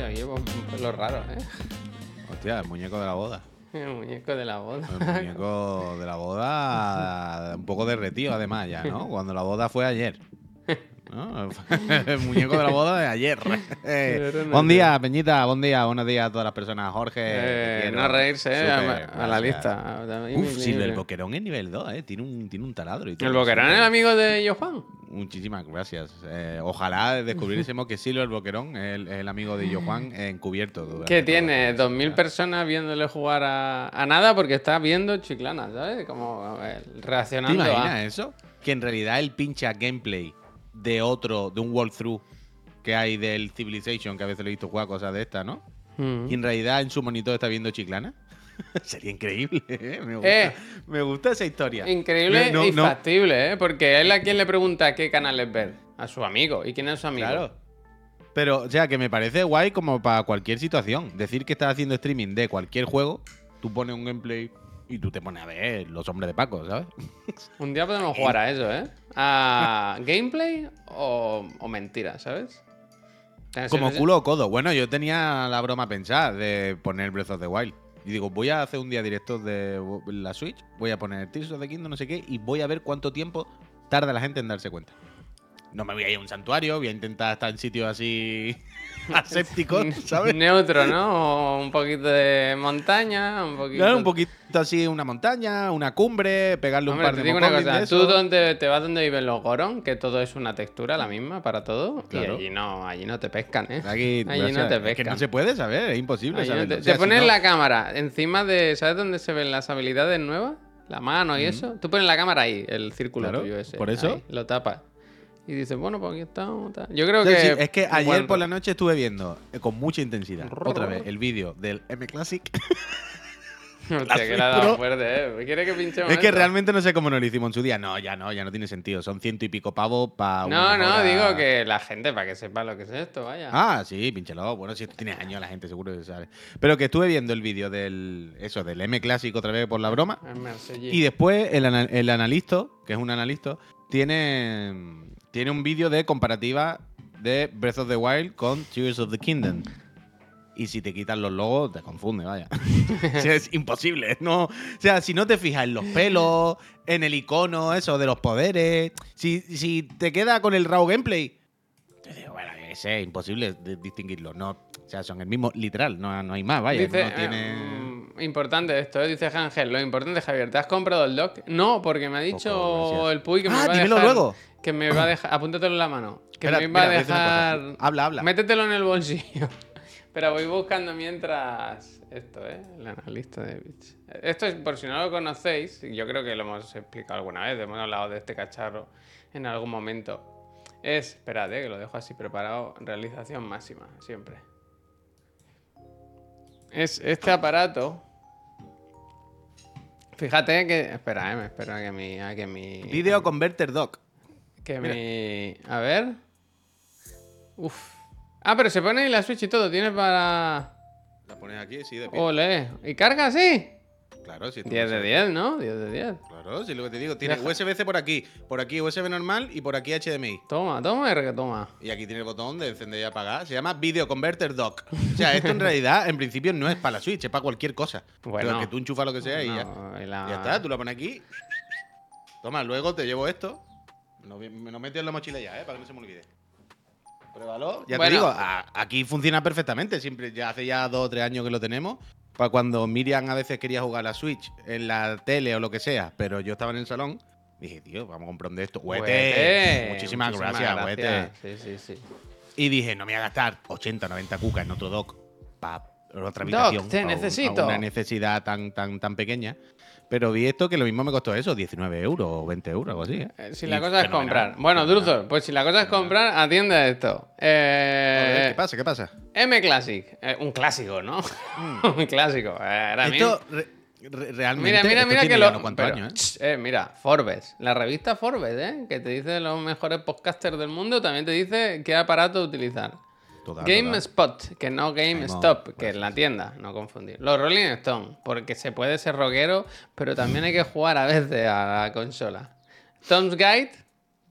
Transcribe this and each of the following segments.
Yo llevo un pelo raro, ¿eh? Hostia, el muñeco de la boda. El muñeco de la boda. El muñeco de la boda un poco derretido además ya, ¿no? Cuando la boda fue ayer. ¿No? El muñeco de la boda de ayer. Buen día, Peñita, buen día, buenos días a todas las personas. Jorge, te quiero. No reírse, Súper, a la gracias. lista. Uf, sí, el boquerón es nivel 2, tiene un taladro y todo. ¿El boquerón es el amigo de Johan? Muchísimas gracias. Ojalá descubriésemos que Silvio el Boquerón es el amigo de Johan encubierto. Que tiene 2.000 personas viéndole jugar a nada porque está viendo Chiclana, ¿sabes? Como ¿Te reaccionando imaginas eso? Que en realidad él pincha gameplay de un walkthrough que hay del Civilization, que a veces lo he visto jugar cosas de estas, ¿no? Y en realidad en su monitor está viendo Chiclana. Sería increíble, ¿eh? Me gusta esa historia. Increíble y factible, ¿eh? Porque él a quien le pregunta qué canales ver. A su amigo. ¿Y quién es su amigo? Claro. Pero, o sea, que me parece guay como para cualquier situación. Decir que estás haciendo streaming de cualquier juego, tú pones un gameplay y tú te pones a ver Los Hombres de Paco, ¿sabes? Un día podemos jugar a eso, ¿eh? A gameplay o mentira, ¿sabes? Como culo o codo. Bueno, yo tenía la broma pensada de poner Breath of the Wild. Y digo, voy a hacer un día directo de la Switch, voy a poner Tears of the Kingdom, no sé qué, y voy a ver cuánto tiempo tarda la gente en darse cuenta. No me voy a ir a un santuario, voy a intentar estar en sitios así asépticos, ¿sabes? Neutro, ¿no? O un poquito de montaña, un poquito... Claro, un poquito así, una montaña, una cumbre, pegarle Hombre, un par te de digo una mocolis cosa, de tú eso. te vas donde viven los Goron, que todo es una textura la misma para todo, Claro. y allí no te pescan, ¿eh? Aquí, Allí o sea, no te es que pescan. no se puede saber, es imposible Allí no saberlo. te, O sea, te si pones no- la cámara encima de... ¿Sabes dónde se ven las habilidades nuevas? La mano y eso. Tú pones la cámara ahí, el círculo Claro, tuyo ese. por eso. Ahí, lo tapas. Y dices, bueno, pues aquí estamos. Tal. Yo creo O sea, que... sí, es que ayer bueno, por la noche estuve viendo con mucha intensidad, otra vez, el vídeo del M Classic. Hostia, que le ha dado fuerte, ¿eh? ¿Quiere que pinchemos Es que esto? realmente no sé cómo nos lo hicimos en su día. No, ya no tiene sentido. Son 100 y pico pavos para No, digo que la gente, para que sepa lo que es esto, vaya. Ah, sí, pinchelo. Bueno, si esto tiene años, la gente seguro que sabe. Pero que estuve viendo el vídeo del M Classic otra vez por la broma. Y después el analista, que es un analista, tiene un vídeo de comparativa de Breath of the Wild con Tears of the Kingdom. Y si te quitan los logos, te confunde, vaya. O sea, es imposible, ¿no? O sea, si no te fijas en los pelos, en el icono, eso de los poderes, si te queda con el raw gameplay, te digo, bueno, es imposible distinguirlo. No, o sea, son el mismo, literal, no hay más, vaya. Dice, no tiene... importante esto, dice Ángel. Lo importante, Javier, ¿te has comprado el dock? No, porque me ha dicho gracias. el Puy que me va a dejar... dímelo luego. Que me va a dejar... Apúntatelo en la mano. Que Espera, me va a mira, voy a hacer una dejar... cosa. Habla. Métetelo en el bolsillo. Pero voy buscando mientras... Esto, el analista de bits. Esto es, por si no lo conocéis, yo creo que lo hemos explicado alguna vez, hemos hablado de este cacharro en algún momento. Espérate, que lo dejo así preparado, realización máxima, siempre. Es este aparato. Fíjate que... Espera, me espero a que mi... Video Converter Dock. A ver... Uf. Ah, pero se pone ahí la Switch y todo, tienes para... La pones aquí, sí, de pie. Ole. ¿Y carga así? Claro, sí. 10 de 10, ¿no? 10 de 10. Claro, sí, lo que te digo. Tiene Deja. USB-C por aquí USB normal y por aquí HDMI. Toma, R que toma. Y aquí tiene el botón de encender y apagar. Se llama Video Converter Dock. O sea, esto en realidad, en principio, no es para la Switch, es para cualquier cosa. Bueno. Pero es que tú enchufas lo que sea y ya. Ya está, tú lo pones aquí. Toma, luego te llevo esto. Me lo meto en la mochila ya, para que no se me olvide. Pruébalo. Ya te digo, aquí funciona perfectamente. Siempre, ya hace ya 2 o 3 años que lo tenemos. Para cuando Miriam a veces quería jugar a la Switch en la tele o lo que sea, pero yo estaba en el salón, dije, tío, vamos a comprar un de estos. ¡Huete! Muchísimas gracias, Huete. Sí. Y dije, no me voy a gastar 80, 90 cucas en otro dock para otra habitación. Dock, te necesito. A una necesidad tan pequeña. Pero vi esto que lo mismo me costó eso, 19 euros o 20 euros, algo así. Si la cosa es comprar. Bueno, Druzor, pues si la cosa es comprar, atiende a esto. ¿Qué pasa? M Classic. Un clásico, ¿no? Un clásico. Era esto realmente. Mira esto que tiene ya unos cuantos años, mira, Forbes. La revista Forbes, que te dice los mejores podcasters del mundo, también te dice qué aparato utilizar. GameSpot, que no GameStop, que es la tienda, no confundir. Los Rolling Stone, porque se puede ser rockero, pero también hay que jugar a veces a la consola. Tom's Guide,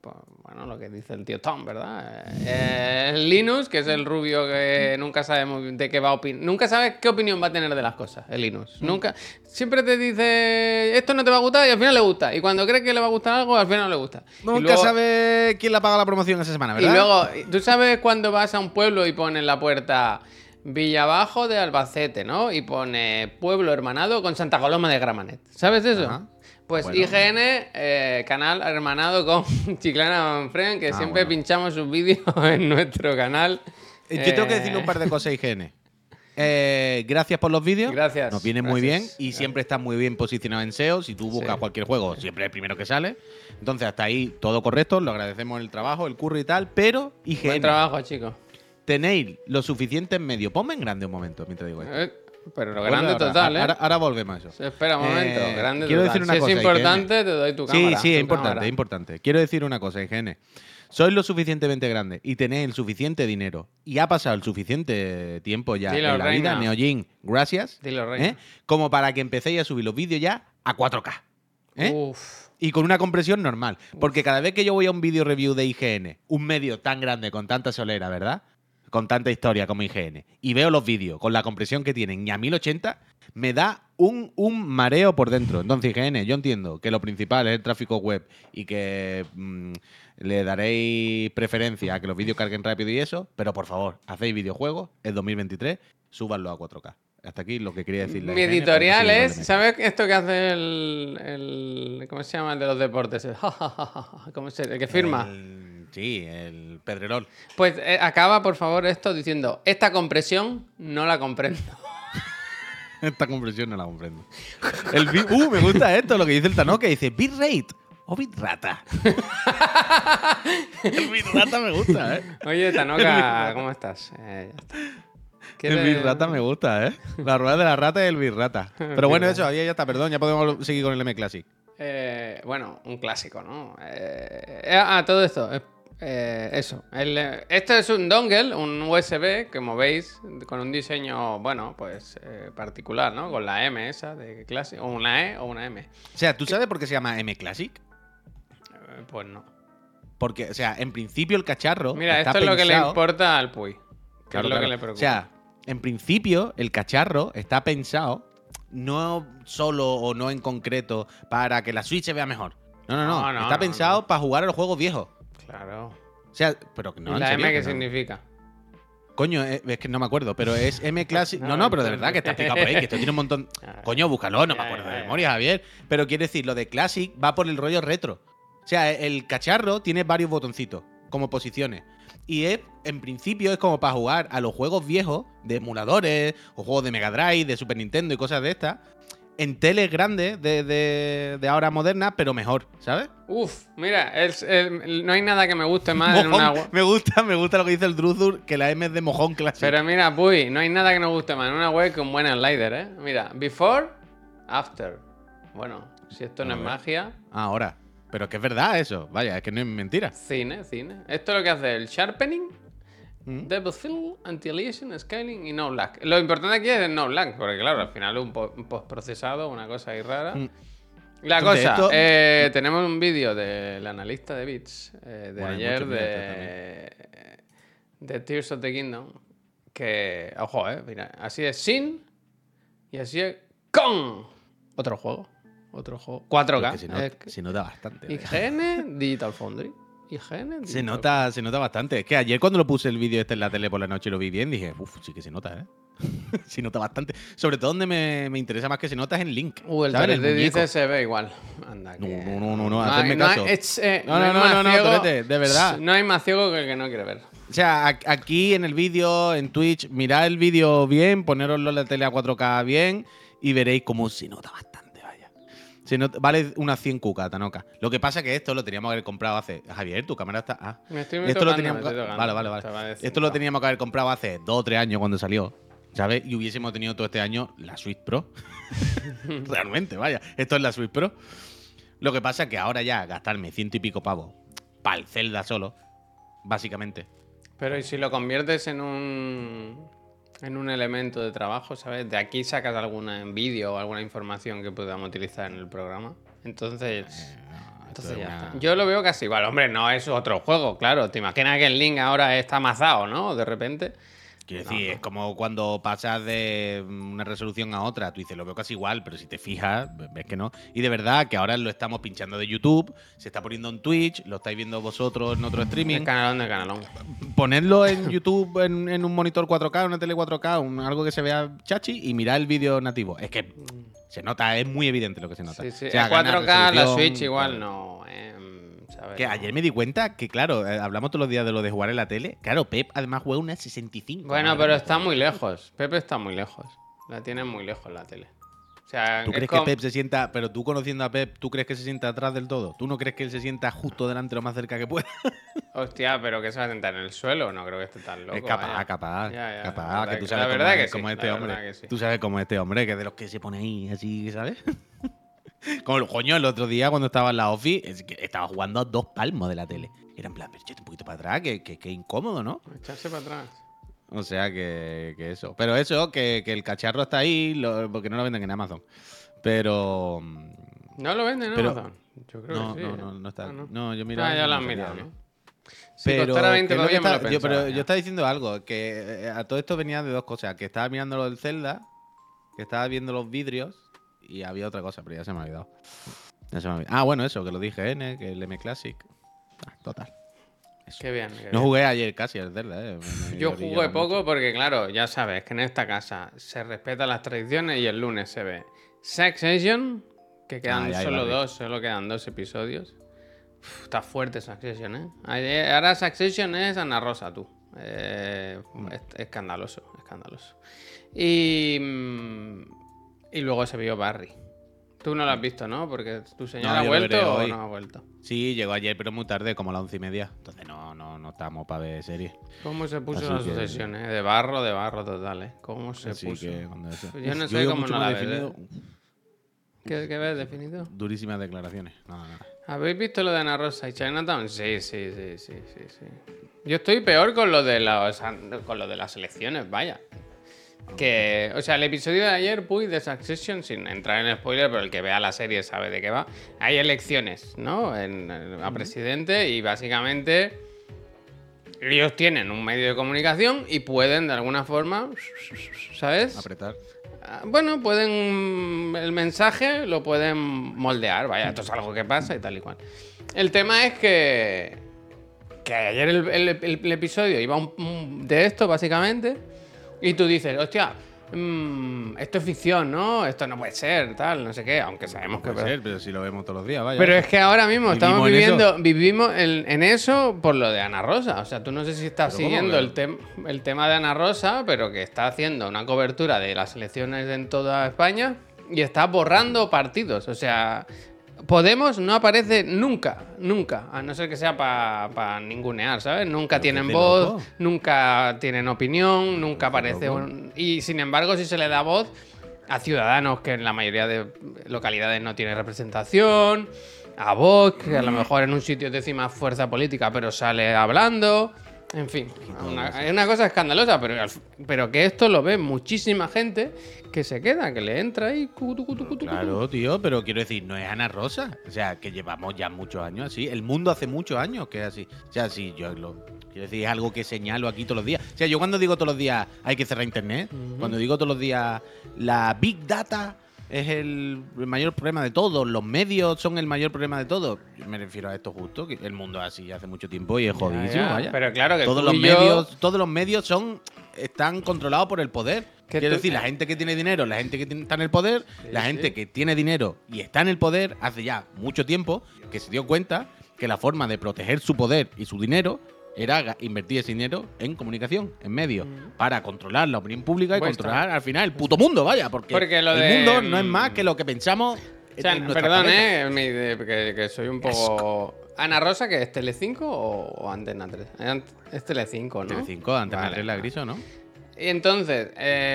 pues, bueno, lo que dice el tío Tom, ¿verdad? Linus, que es el rubio que nunca sabe muy bien de qué va a opinar. Nunca sabe qué opinión va a tener de las cosas, el Linus. Nunca. Siempre te dice, esto no te va a gustar y al final le gusta. Y cuando cree que le va a gustar algo, al final no le gusta. Nunca sabe quién le paga la promoción esa semana, ¿verdad? Y luego, tú sabes cuando vas a un pueblo y pone en la puerta Villabajo de Albacete, ¿no? Y pone pueblo hermanado con Santa Coloma de Gramenet. ¿Sabes eso? Ajá. Pues bueno. IGN, canal hermanado con Chiclana Manfred, que siempre pinchamos sus vídeos en nuestro canal. Yo tengo que decirle un par de cosas a IGN. Gracias por los vídeos. Gracias. Nos viene muy bien y siempre está muy bien posicionado en SEO. Si tú buscas cualquier juego, siempre es el primero que sale. Entonces, hasta ahí todo correcto. Lo agradecemos el trabajo, el curro y tal. Pero IGN. Buen trabajo, chicos. Tenéis lo suficiente en medio. Ponme en grande un momento mientras digo esto. Pero lo grande total, ¿eh? Ahora volvemos a eso. Espera un momento, grande quiero total. decir una si cosa, es importante, IGN. Te doy tu cámara. Sí, es importante, es importante. Quiero decir una cosa, IGN. Sois lo suficientemente grande y tenéis el suficiente dinero y ha pasado el suficiente tiempo ya en la vida, Neojin, gracias, como para que empecéis a subir los vídeos ya a 4K. Y con una compresión normal. Porque cada vez que yo voy a un vídeo review de IGN, un medio tan grande, con tanta solera, ¿verdad? Con tanta historia como IGN, y veo los vídeos con la compresión que tienen y a 1080, me da un mareo por dentro. Entonces, IGN, yo entiendo que lo principal es el tráfico web y que le daréis preferencia a que los vídeos carguen rápido y eso, pero por favor, hacéis videojuegos, es 2023, súbanlo a 4K. Hasta aquí lo que quería decir. Mi editorial es, ¿sabes esto que hace el ¿cómo se llama el de los deportes? ¿Cómo se llama? El que firma. Sí, el Pedrerol. Pues acaba, por favor, esto diciendo, esta compresión no la comprendo. Esta compresión no la comprendo. Me gusta esto, lo que dice el Tanoka, dice bitrate o bitrata. El bitrata me gusta, ¿eh? Oye, Tanoka, ¿cómo estás? Ya está. El birrata me gusta, ¿eh? La rueda de la rata y el birrata. Pero bueno, eso, ahí ya está, perdón, ya podemos seguir con el M Classic. Bueno, un clásico, ¿no? Todo esto. Eso. Esto es un dongle, un USB, como veis, con un diseño, bueno, pues particular, ¿no? Con la M esa de Classic, o una E o una M. O sea, ¿tú sabes por qué se llama M Classic? Pues no. Porque, o sea, en principio el cacharro. Mira, esto es lo que le importa al Puy. Claro, es lo que le preocupa. O sea, en principio el cacharro está pensado no solo o no en concreto para que la Switch se vea mejor. No. Está pensado para jugar a los juegos viejos. Claro. O sea, pero no. ¿Y la M qué significa? Coño, es que no me acuerdo, pero es M Classic. No, pero de verdad que está explicado por ahí, que esto tiene un montón. Coño, búscalo, no me acuerdo de memoria, Javier. Pero quiere decir, lo de Classic va por el rollo retro. O sea, el cacharro tiene varios botoncitos, como posiciones. Y en principio es como para jugar a los juegos viejos de emuladores, o juegos de Mega Drive, de Super Nintendo y cosas de estas, en teles grandes de ahora modernas, pero mejor, ¿sabes? Uf, mira, no hay nada que me guste más en una web. Me gusta lo que dice el Druzur, que la M es de mojón clásico. Pero mira, Puy, no hay nada que nos guste más en una web que un buen slider, ¿eh? Mira, before, after. Bueno, si esto no es magia. Ahora. Pero que es verdad eso. Vaya, es que no es mentira. Cine. Esto es lo que hace el sharpening, double fill, anti-aliasing, scaling y no lag. Lo importante aquí es el no lag, porque claro, al final es un postprocesado, una cosa ahí rara. La Entonces, cosa, tenemos un vídeo del analista de bits de ayer de Tears of the Kingdom, que, ojo, mira, así es sin y así es con otro juego. 4K. Se nota bastante. IGN, Digital Foundry. Se nota bastante. Es que ayer cuando lo puse el vídeo este en la tele por la noche y lo vi bien, dije, sí que se nota, ¿eh? Se nota bastante. Sobre todo donde me interesa más que se nota es en Link. El 3D dice se ve igual. Anda, no, hacedme caso. No, de verdad. No hay más ciego que el que no quiere ver. O sea, aquí en el vídeo, en Twitch, mirad el vídeo bien, poneroslo en la tele a 4K bien y veréis cómo se nota bastante. Vale unas 100 cucas, Tanoka. Lo que pasa es que esto lo teníamos que haber comprado hace... Javier, tu cámara está... Esto lo teníamos... Vale. Esto lo teníamos que haber comprado hace 2 o 3 años cuando salió, ¿sabes? Y hubiésemos tenido todo este año la Switch Pro. Realmente, vaya. Esto es la Switch Pro. Lo que pasa es que ahora ya gastarme 100 y pico pavos para el Zelda solo, básicamente. Pero ¿y si lo conviertes en un elemento de trabajo, ¿sabes? De aquí sacas alguna vídeo o alguna información que podamos utilizar en el programa. Entonces, Entonces ya está. Yo lo veo casi igual. Hombre, no es otro juego, claro. ¿Te imaginas que el Link ahora está amazado, no? De repente. Quiero decir, es como cuando pasas de una resolución a otra. Tú dices, lo veo casi igual, pero si te fijas, ves que no. Y de verdad que ahora lo estamos pinchando de YouTube, se está poniendo en Twitch, lo estáis viendo vosotros en otro streaming. El canalón de canalón. Ponedlo en YouTube en un monitor 4K, una tele 4K, algo que se vea chachi y mirad el vídeo nativo. Es que se nota, es muy evidente lo que se nota. Sí, sí. O sea, el 4K, la Switch igual no. ¿sabes? Que ayer me di cuenta que, claro, hablamos todos los días de lo de jugar en la tele. Claro, Pep además juega una 65. Bueno, pero está muy lejos. Pepe está muy lejos. La tiene muy lejos la tele. O sea, ¿Tú crees que Pep se sienta, pero tú conociendo a Pep, ¿tú crees que se sienta atrás del todo? ¿Tú no crees que él se sienta justo delante lo más cerca que pueda? Hostia, pero que se va a sentar en el suelo, no creo que esté tan loco. Es capaz, capaz, que tú sabes cómo es este hombre. Tú sabes cómo es este hombre, que es de los que se pone ahí así, ¿sabes? Como el coño el otro día cuando estaba en la office, es que estaba jugando a 2 palmos de la tele. Era en plan, pero échate un poquito para atrás, que incómodo, ¿no? Echarse para atrás. O sea que eso. Pero eso, que el cacharro está ahí, porque no lo venden en Amazon. Pero. ¿No lo venden en Amazon? Yo creo que sí. No está. Ah, no, yo mira. ya lo han mirado, ¿no? Si pero costara 20 todavía me lo pensaba, pero yo estaba diciendo algo, que a todo esto venía de 2 cosas. Que estaba mirando lo del Zelda, que estaba viendo los vidrios, y había otra cosa, pero ya se me ha olvidado. Bueno, eso, que lo dije, que el M Classic. Total. Eso. Qué bien. No jugué ayer casi al Zelda, Yo jugué poco porque, claro, ya sabes que en esta casa se respetan las tradiciones y el lunes se ve Succession, que quedan solo quedan 2 episodios. Está fuerte Succession, ¿eh? Ahora Succession es Ana Rosa, tú. Escandaloso. Y luego se vio Barry. Tú no lo has visto, ¿no? Porque tu señora ha vuelto o no ha vuelto. Sí, llegó ayer, pero muy tarde, como a las 11:30. Entonces no estábamos para ver series. ¿Cómo se puso la sucesión, De barro total, ¿Cómo se puso? Yo no sé cómo no la ves. ¿Qué ves definido? Durísimas declaraciones. Nada. ¿Habéis visto lo de Ana Rosa y Chinatown? Sí. Yo estoy peor con lo de las elecciones, vaya. O sea, el episodio de ayer, de Succession, sin entrar en spoiler, pero el que vea la serie sabe de qué va. Hay elecciones, ¿no? A presidente y básicamente ellos tienen un medio de comunicación y pueden de alguna forma, ¿sabes? Apretar. Bueno, el mensaje lo pueden moldear, vaya, esto es algo que pasa y tal y cual. El tema es que ayer el episodio iba de esto, básicamente. Y tú dices, hostia, esto es ficción, ¿no? Esto no puede ser, tal, no sé qué, aunque sabemos que puede ser, pero si lo vemos todos los días, vaya. Pero es que ahora mismo vivimos en eso por lo de Ana Rosa. O sea, tú no sé si estás siguiendo el tema de Ana Rosa, pero que está haciendo una cobertura de las elecciones en toda España y está borrando partidos. O sea, Podemos no aparece nunca, a no ser que sea para ningunear, ¿sabes? Nunca tienen voz, nunca tienen opinión, nunca aparece Y sin embargo, si se le da voz a Ciudadanos, que en la mayoría de localidades no tiene representación, a Vox, que a lo mejor en un sitio es décima fuerza política, pero sale hablando... En fin, es una cosa escandalosa, pero que esto lo ve muchísima gente que se queda, que le entra ahí. Claro, tío, pero quiero decir, no es Ana Rosa. O sea, que llevamos ya muchos años así. El mundo hace muchos años que es así. O sea, sí, quiero decir, es algo que señalo aquí todos los días. O sea, yo cuando digo todos los días hay que cerrar internet, cuando digo todos los días la Big Data es el mayor problema de todo, los medios son el mayor problema de todo. Yo me refiero a esto justo, que el mundo es así hace mucho tiempo y es jodidísimo, vaya. Pero claro que todos los medios están controlados por el poder. Quiero decir, la gente que tiene dinero, la gente que está en el poder, la gente que tiene dinero y está en el poder hace ya mucho tiempo que se dio cuenta que la forma de proteger su poder y su dinero era invertir ese dinero en comunicación, en medios, para controlar la opinión pública y controlar al final el puto mundo, vaya, porque el mundo no es más que lo que pensamos. O sea, perdón, que soy un poco... ¿Ana Rosa que es Telecinco o Antena 3? Es Telecinco, ¿no? Telecinco, Antena 3 la Griso, ¿no? Y entonces,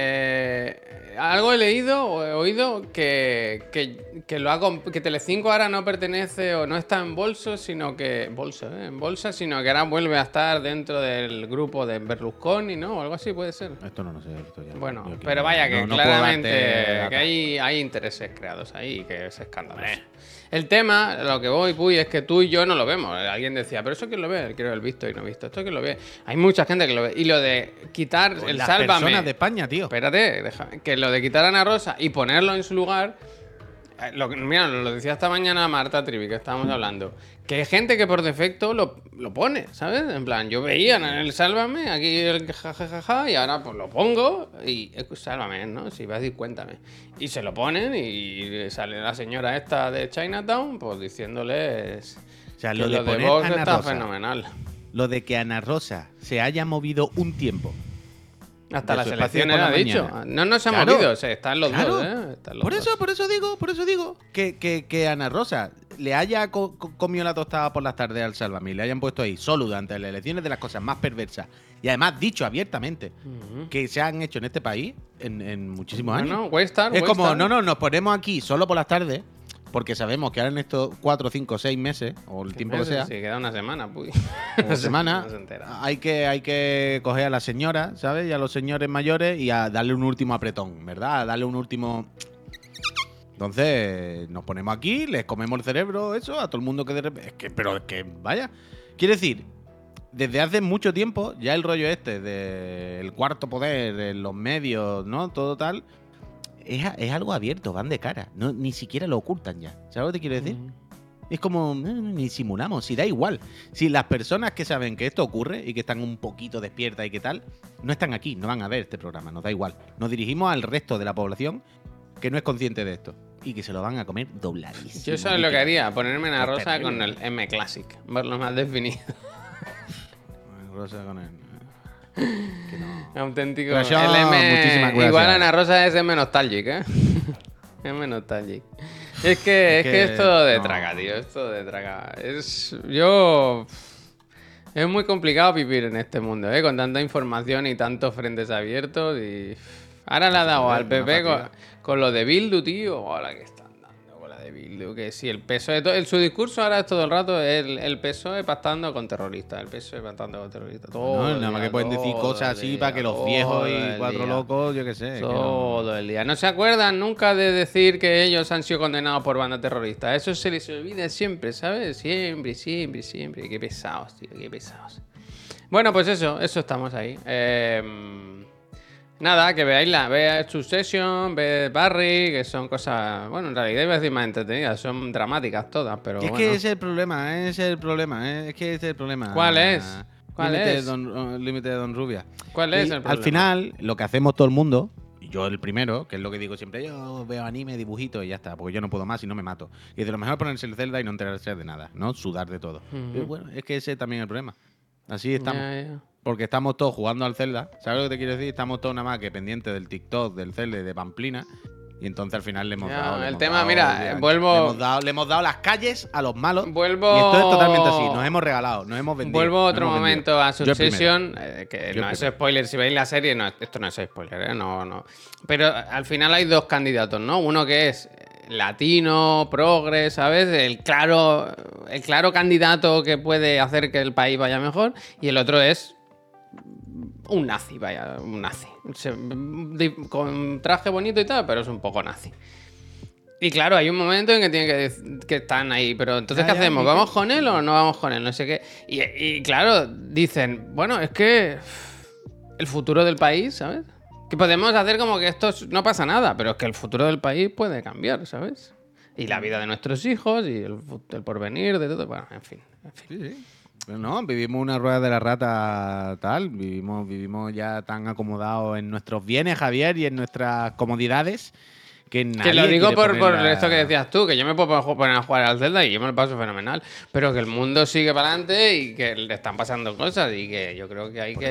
algo he leído o he oído que Telecinco ahora no pertenece o no está en bolsa, sino que sino que ahora vuelve a estar dentro del grupo de Berlusconi, ¿no? O algo así puede ser. Esto no lo sé. Esto ya bueno, pero vaya que claramente que hay intereses creados ahí que es escandaloso. El tema, lo que voy, Puy, es que tú y yo no lo vemos. Alguien decía, pero eso quién lo ve, quiero el visto y no visto. Esto quién lo ve. Hay mucha gente que lo ve. Y lo de quitar el Las Sálvame. personas de España, tío. Espérate, que lo de quitar a Ana Rosa y ponerlo en su lugar. Mira, lo decía esta mañana Marta Trivi, que estábamos hablando. Que hay gente que por defecto lo pone, ¿sabes? En plan, yo veía en el Sálvame, aquí el jajajaja, y ahora pues lo pongo y Sálvame, ¿no? Si vas a decir cuéntame. Y se lo ponen y sale la señora esta de Chinatown, pues diciéndoles O sea, que lo de poner Vox Ana está Rosa, fenomenal. lo de que Ana Rosa se haya movido un tiempo. Hasta de las su espacio elecciones por la ha dicho. mañana. No se ha Claro, movido, están los claro. dos, ¿eh? Están los Por dos. eso digo que Ana Rosa le haya comido la tostada por las tardes al Sálvame y le hayan puesto ahí solo durante las elecciones de las cosas más perversas y además dicho abiertamente que se han hecho en este país en muchísimos años. No, Waystar, Es como, nos ponemos aquí solo por las tardes porque sabemos que ahora en estos 4, 5, 6 meses o el tiempo que sea, Sí, queda una semana, pues. una semana, No se entera. hay que coger a la señora, ¿sabes? Y a los señores mayores y a darle un último apretón, ¿verdad? A darle un último... Entonces, nos ponemos aquí, les comemos el cerebro, eso, a todo el mundo que de repente... Pero es que, vaya. Quiero decir, desde hace mucho tiempo, ya el rollo este del cuarto poder, en los medios, ¿no? Todo tal, es algo abierto, van de cara. No, ni siquiera lo ocultan ya. ¿Sabes lo que te quiero decir? Es como, ni simulamos, si da igual. Si las personas que saben que esto ocurre y que están un poquito despiertas y qué tal, no están aquí, no van a ver este programa, nos da igual. Nos dirigimos al resto de la población que no es consciente de esto y que se lo van a comer dobladísimo. Yo eso es lo que haría, ponerme Ana Rosa con el M Classic, verlo más definido. Rosa con el... Que no. Auténtico. Pero yo, El M, muchísimas gracias. igual Ana Rosa es M Nostalgic, ¿eh? M Nostalgic. Es que es todo de traga, tío. Es todo de traga. Es muy complicado vivir en este mundo, ¿eh? Con tanta información y tantos frentes abiertos y... Ahora le ha dado al PP con lo de Bildu, tío. Hola, que están dando con la de Bildu. Que sí, el PSOE... su discurso ahora es todo el rato el PSOE pactando con terroristas. El PSOE pactando con terroristas. Todo nada más que pueden decir cosas así para que los viejos y cuatro locos, yo qué sé. Todo el día. No se acuerdan nunca de decir que ellos han sido condenados por banda terrorista. Eso se les olvida siempre, ¿sabes? Siempre. Qué pesados, tío, qué pesados. Bueno, pues eso estamos ahí. Nada, que veáisla, veáis Succession, veáis Barry, que son cosas, bueno, en realidad iba a decir más entretenidas, son dramáticas todas, pero es bueno. que ese es el problema, es que ese es el problema. ¿Cuál es? Límite de Don Rubia. ¿Cuál es el problema? Al final, lo que hacemos todo el mundo, y yo el primero, que es lo que digo siempre, yo veo anime, dibujitos y ya está, porque yo no puedo más y no me mato. Y de lo mejor ponerse el Zelda y no enterarse de nada, ¿no? Sudar de todo. Pero bueno, es que ese es también el problema. Así estamos. Ya. Porque estamos todos jugando al Zelda. ¿Sabes lo que te quiero decir? Estamos todos nada más que pendientes del TikTok, del Zelda y de Pamplina. Y entonces al final le hemos dado. Le hemos dado las calles a los malos. Y esto es totalmente así. Nos hemos regalado, nos hemos vendido. Vuelvo otro momento a Succession. Que Yo no es spoiler. Si veis la serie, no, esto no es spoiler, ¿eh? No. Pero al final hay dos candidatos, ¿no? Uno que es latino, progres, ¿sabes? El claro candidato que puede hacer que el país vaya mejor. Y el otro es un nazi, con traje bonito y tal, pero es un poco nazi. Y claro, hay un momento en que tienen que están ahí, pero entonces ¿qué hacemos? ¿Vamos con él o no vamos con él? No sé qué. Y claro, dicen, bueno, es que el futuro del país, ¿sabes? Que podemos hacer como que esto no pasa nada, pero es que el futuro del país puede cambiar, ¿sabes? Y la vida de nuestros hijos y el porvenir de todo. Bueno, en fin. Sí. Pero no, vivimos una rueda de la rata tal, vivimos ya tan acomodados en nuestros bienes, Javier, y en nuestras comodidades, que nadie lo digo por ponerla... esto que decías tú, que yo me puedo poner a jugar al Zelda y yo me lo paso fenomenal, pero que el mundo sigue para adelante y que le están pasando cosas y que yo creo que hay por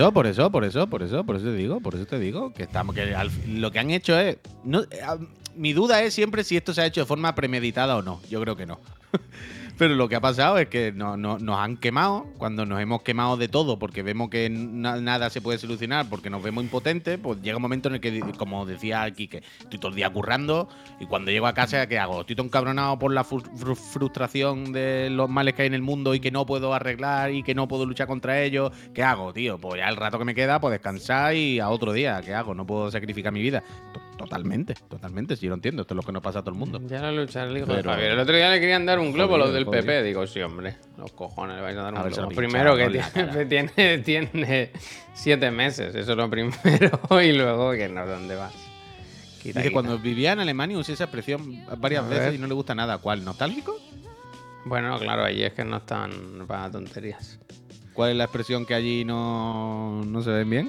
eso te digo, que lo que han hecho es... mi duda es siempre si esto se ha hecho de forma premeditada o no. Yo creo que no. Pero lo que ha pasado es que nos han quemado. Cuando nos hemos quemado de todo porque vemos que nada se puede solucionar, porque nos vemos impotentes, pues llega un momento en el que, como decía aquí, que estoy todo el día currando y cuando llego a casa, ¿qué hago? Estoy tan encabronado por la frustración de los males que hay en el mundo y que no puedo arreglar y que no puedo luchar contra ellos. ¿Qué hago, tío? Pues ya el rato que me queda, pues descansar y a otro día. ¿Qué hago? No puedo sacrificar mi vida. Totalmente, si yo lo entiendo. Esto es lo que nos pasa a todo el mundo. Ya lo lucharé el hijo de Javier. El otro día le querían dar un globo a los del PP. Digo, sí, hombre, los cojones, le vais a dar un globo. Primero que tiene 7 meses, eso es lo primero. Y luego que no, ¿dónde vas? Dice, cuando vivía en Alemania usé esa expresión varias veces y no le gusta nada. ¿Cuál? ¿Nostálgico? Bueno, claro, allí es que no están para tonterías. ¿Cuál es la expresión que allí no se ven bien?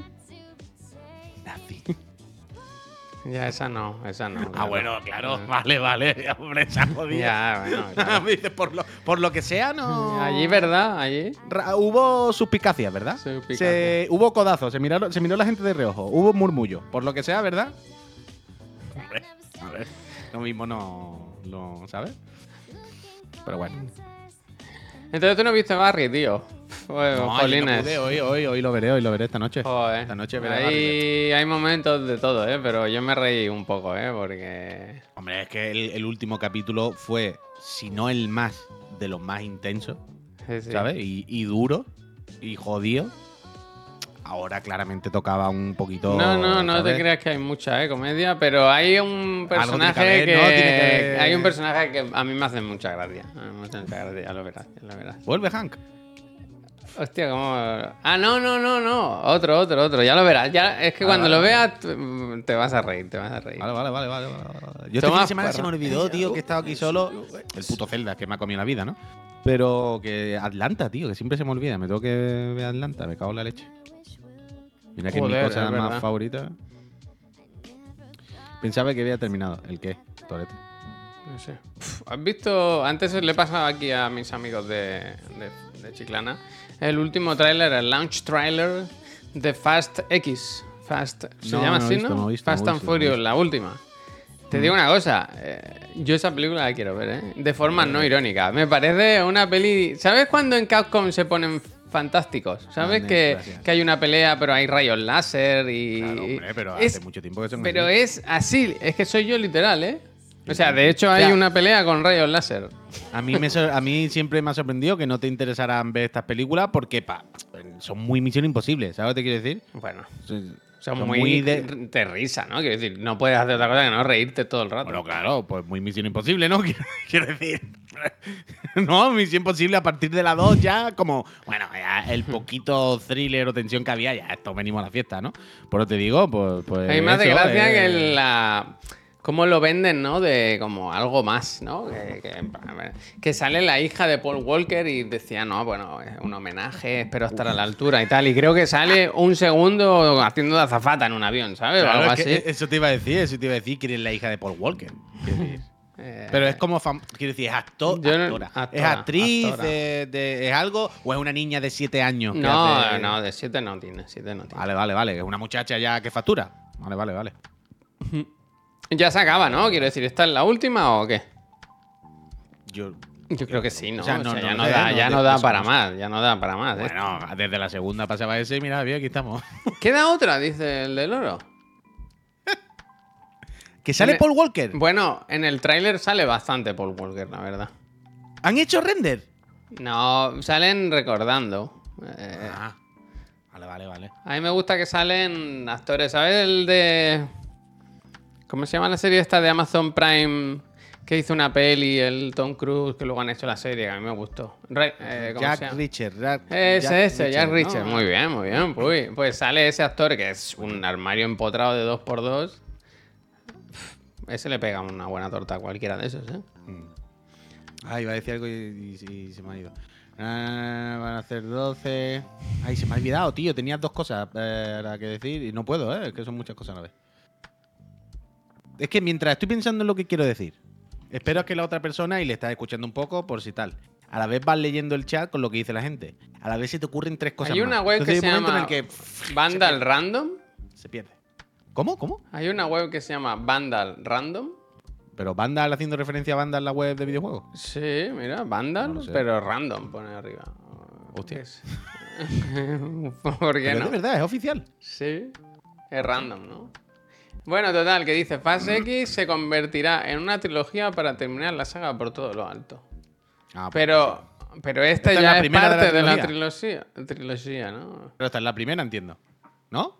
Nazi. Ya, esa no. Claro. Ah, bueno, claro. Vale. Hombre, esa jodida. Ya, bueno. Claro. Dices, por lo que sea, no. Allí, ¿verdad? Allí. Hubo suspicacias, ¿verdad? Hubo codazos, se miró la gente de reojo. Hubo murmullo. Por lo que sea, ¿verdad? Hombre, a ver. Lo mismo no ¿sabes? Pero bueno. Entonces tú no viste Barry, tío. No, jolines. No pude, hoy lo veré esta noche. Joder. Esta noche veré hay momentos de todo, pero yo me reí un poco, porque... Hombre, es que el último capítulo fue, si no el más, de los más intensos, sí. ¿Sabes? Y duro, y jodido. Ahora claramente tocaba un poquito... No ¿sabes? te creas que hay mucha comedia, pero hay un personaje hay un personaje que a mí me hace mucha gracia. Ya lo verás. ¿Vuelve Hank? Hostia, ¿cómo...? Ah, no. Otro. Ya lo verás. Es que cuando lo veas te vas a reír, Vale. Yo este fin de semana se me olvidó, tío, que he estado aquí solo. El puto Zelda, que me ha comido la vida, ¿no? Pero que Atlanta, tío, que siempre se me olvida. Me tengo que ver Atlanta, me cago en la leche. Mira que es mi cosa más favorita. Pensaba que había terminado. ¿El qué? Torete. No sé. ¿Has visto? Antes le he pasado aquí a mis amigos de Chiclana el último tráiler, el launch trailer de Fast X. Se llama así, ¿no? Fast and Furious, la última. Te digo una cosa, yo esa película la quiero ver, de forma no irónica. Me parece una peli... ¿Sabes cuando en Capcom se ponen fantásticos? ¿Sabes que hay una pelea pero hay rayos láser y... Claro, hombre, pero hace mucho tiempo que son así. Pero es así, es que soy yo literal, O sea, de hecho hay una pelea con rayos láser. A mí siempre me ha sorprendido que no te interesaran ver estas películas porque son muy Misión Imposible, ¿sabes lo que te quiero decir? Bueno, son muy de risa, ¿no? Quiero decir, no puedes hacer otra cosa que no reírte todo el rato. Bueno, claro, pues muy Misión Imposible, ¿no? Quiero decir. No, Misión Imposible a partir de la 2 ya como, bueno, ya el poquito thriller o tensión que había, ya esto venimos a la fiesta, ¿no? Por eso te digo, pues a mí me hace gracia que cómo lo venden, ¿no? De como algo más, ¿no? Que sale la hija de Paul Walker y decía, no, bueno, es un homenaje, espero estar a la altura y tal. Y creo que sale un segundo haciendo de azafata en un avión, ¿sabes? Claro, o algo así. Eso te iba a decir que eres la hija de Paul Walker. Pero es como, quiero decir, es actora. ¿Es actriz? ¿Es algo? ¿O es una niña de 7 años? No, de 7 no tiene. Vale. Es una muchacha ya que factura. Vale. Ya se acaba, ¿no? Quiero decir, ¿esta es la última o qué? Yo creo que sí, ¿no? O sea, ya no da para más. Bueno, desde la segunda pasaba ese y mira, bien, aquí estamos. ¿Queda otra? Dice el del oro. ¿Que sale Paul Walker? Bueno, en el tráiler sale bastante Paul Walker, la verdad. ¿Han hecho render? No, salen recordando. Vale. A mí me gusta que salen actores, ¿sabes? El de... ¿Cómo se llama la serie esta de Amazon Prime? Que hizo una peli, el Tom Cruise, que luego han hecho la serie, que a mí me gustó. Jack Reacher. Jack Reacher. ¿No? Muy bien. Pues sale ese actor que es un armario empotrado de 2x2. Ese le pega una buena torta a cualquiera de esos, Iba a decir algo y se me ha ido. Van a hacer 12. Ay, se me ha olvidado, tío. Tenía 2 cosas para que decir y no puedo, es que son muchas cosas a la vez. Es que mientras estoy pensando en lo que quiero decir, espero a que la otra persona y le estás escuchando un poco por si tal. A la vez vas leyendo el chat con lo que dice la gente. A la vez se te ocurren 3 cosas más. Hay una web que se llama Vandal Random. Se pierde. ¿Cómo? Hay una web que se llama Vandal Random. ¿Pero Vandal haciendo referencia a Vandal en la web de videojuegos? Sí, mira, Vandal, pero random pone arriba. Hostia. ¿Por qué Pero no? de verdad, es oficial. Sí, es random, ¿no? Bueno, total, que dice, Fase X se convertirá en una trilogía para terminar la saga por todo lo alto. Ah, pues Pero esta ¿Esta es ya la es primera de la parte de la trilogía? trilogía, ¿no? Pero esta es la primera, entiendo. ¿No?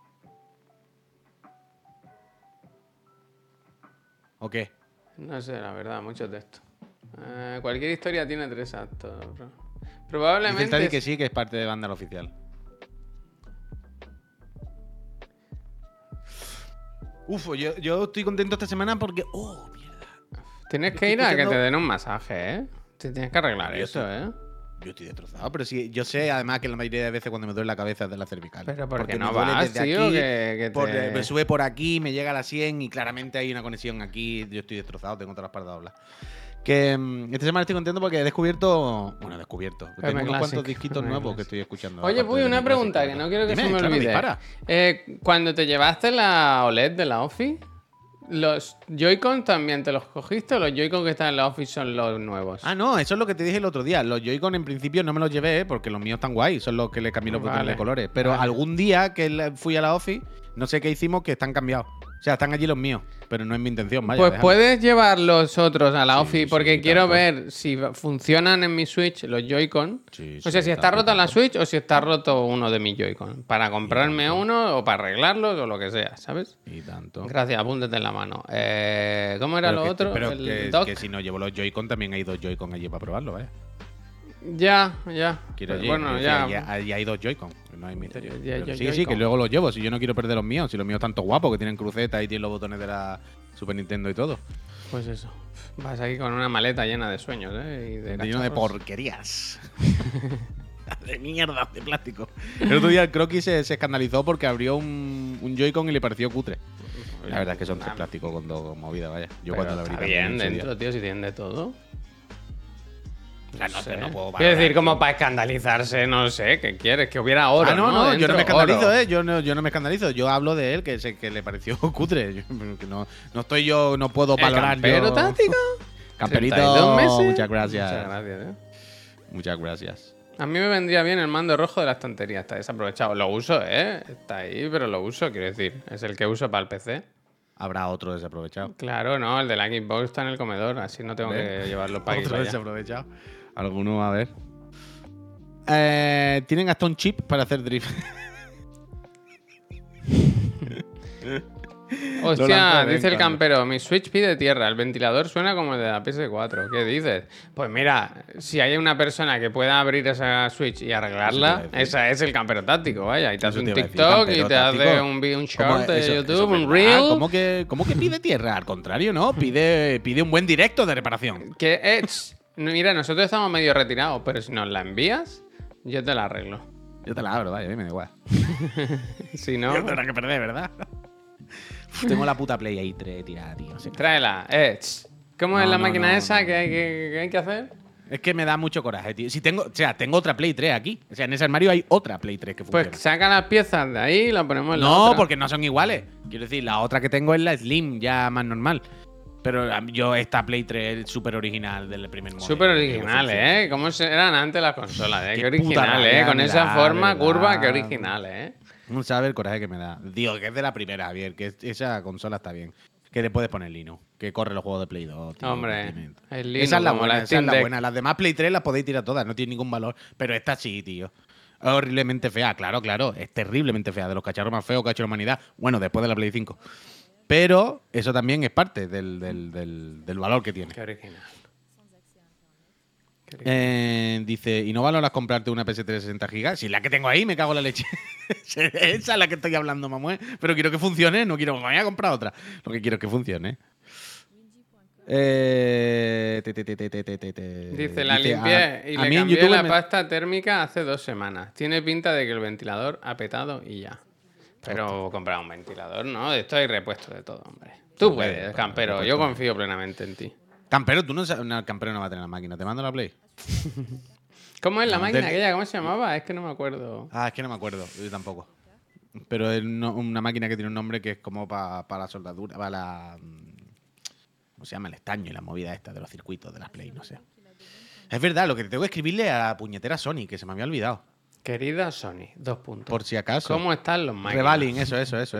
¿O qué? No sé, la verdad, mucho texto. Cualquier historia tiene 3 actos. Probablemente... Dice el Tari que sí, que es parte de Vandal oficial. Uf, yo estoy contento esta semana porque... ¡Oh, mierda! Tienes que ir a que te den un masaje, ¿eh? Te tienes que arreglar eso, ¿eh? Yo estoy destrozado, pero sí, yo sé además que la mayoría de veces cuando me duele la cabeza es de la cervical. Pero porque me no duele vas, desde tío, aquí, me sube por aquí, me llega a la 100 y claramente hay una conexión aquí. Yo estoy destrozado, tengo toda la espalda doblada. Que esta semana estoy contento porque he descubierto... Bueno, tengo unos cuantos disquitos nuevos que estoy escuchando. Oye, Puy, una pregunta que no quiero que se me olvide. Cuando te llevaste la OLED de la Office, ¿los Joy-Con también te los cogiste o los Joy-Con que están en la Office son los nuevos? Ah, no, eso es lo que te dije el otro día. Los Joy-Con en principio no me los llevé porque los míos están guay, son los que le cambié los botones de colores. Pero algún día que fui a la Office, no sé qué hicimos, que están cambiados. O sea, están allí los míos, pero no es mi intención, vaya. Pues puedes llevar los otros a la Sí, Office porque sí, quiero tanto. ver si funcionan en mi Switch los Joy-Con. Sí, O sea, sí, si está tanto, rota la tanto. Switch o si está roto uno de mis Joy-Con. Para comprarme uno o para arreglarlos o lo que sea, ¿sabes? Y tanto. Gracias, apúntate en la mano. ¿Cómo era lo otro? Pero ¿El dock? que si no llevo los Joy-Con, también hay 2 Joy-Con allí para probarlo, vaya. Ya. Quiero decir, Bueno, ya hay 2 Joy-Con, no hay misterio. Ya, Pero ya, sí, que Joy-Con. luego los llevo. Si yo no quiero perder los míos, si los míos están tan guapos, que tienen cruceta y tienen los botones de la Super Nintendo y todo. Pues eso. Vas aquí con una maleta llena de sueños, ¿eh? Y de Lleno de cacharros. porquerías. De mierda, de plástico. El otro día el Croquis se escandalizó porque abrió un Joy-Con y le pareció cutre. La verdad es que son 3 plásticos con 2 movidas, vaya. Yo Pero cuando lo abrí está también, bien en su dentro, día. tío, si tienen de todo. No sé, no puedo Quiero decir, valorar como eso. para escandalizarse, no sé, ¿qué quieres? Que hubiera oro. Ah, no, yo no me escandalizo, Oro. Yo no me escandalizo. Yo hablo de él, que le pareció cutre. Que no estoy yo, no puedo valorar ¿Campero yo. táctico? Camperito, 32 meses. muchas gracias. Muchas gracias, Muchas gracias. A mí me vendría bien el mando rojo de la estantería, está desaprovechado. Lo uso, está ahí, pero lo uso, quiero decir. Es el que uso para el PC. Habrá otro desaprovechado. Claro, no, el de la Xbox está en el comedor, así no tengo que llevarlo para aquí. Otro para allá. desaprovechado. Alguno, a ver. Tienen hasta un chip para hacer drift. Hostia, dice el campero, mi Switch pide tierra, el ventilador suena como el de la PS4. ¿Qué dices? Pues mira, si hay una persona que pueda abrir esa Switch y arreglarla, esa es el campero táctico, vaya. Y te hace un TikTok y te hace un short de YouTube, un reel. ¿Cómo que pide tierra? Al contrario, ¿no? Pide un buen directo de reparación. Mira, nosotros estamos medio retirados, pero si nos la envías, yo te la arreglo. Yo te la abro, vaya, a mí me da igual. Si no, Yo tendrá que perder, ¿verdad? Tengo la puta Play ahí tirada, tío. tráela. ¿Cómo es la máquina esa que hay que hacer? Es que me da mucho coraje, tío. Si tengo otra Play 3 aquí. O sea, en ese armario hay otra Play 3 que funciona. Pues saca las piezas de ahí y la ponemos en la No, otra. porque no son iguales. Quiero decir, la otra que tengo es la Slim, ya más normal. Pero yo esta Play 3 es súper original del primer modelo. Súper original, ¿eh? ¿Cómo eran antes las consolas, eh? Qué Qué puta original, rabia Con me esa da, forma ¿verdad? curva, qué original, ¿eh? No sabe el coraje que me da. Digo, que es de la primera, Javier, que esa consola está bien. Que le puedes poner Linux, que corre los juegos de Play 2. Tío, Hombre, tiene- el Linux, esa es la como buena, la esa es Steam la Deck. buena. Las demás Play 3 las podéis tirar todas, no tiene ningún valor. Pero esta sí, tío. Es horriblemente fea, claro. Es terriblemente fea. De los cacharros más feos que ha hecho la humanidad. Bueno, después de la Play 5. Pero eso también es parte del valor que tiene. Qué original. Dice, ¿y no valoras comprarte una PS3 de 60 GB? Si la que tengo ahí, me cago en la leche. Esa es la que estoy hablando, mamá. Pero quiero que funcione, no quiero que me vaya a comprar otra. Lo que quiero es que funcione. Dice, la limpié y le cambié la pasta térmica hace 2 semanas. Tiene pinta de que el ventilador ha petado y ya. Pero comprar un ventilador, ¿no? De esto hay repuesto de todo, hombre. Tú puedes, campero. Yo confío plenamente en ti. Campero, tú no sabes. No, el campero no va a tener la máquina. Te mando la Play. ¿Cómo es la máquina aquella? ¿Cómo se llamaba? Es que no me acuerdo. Ah, es que no me acuerdo. Yo tampoco. Pero es una máquina que tiene un nombre que es como para la soldadura. Para la. ¿Cómo se llama? El estaño y la movida esta de los circuitos de las Play, no sé. Es verdad, lo que tengo que escribirle a la puñetera Sony, que se me había olvidado. Querida Sony, 2 puntos. Por si acaso. ¿Cómo están los máquinas? Revaling, eso.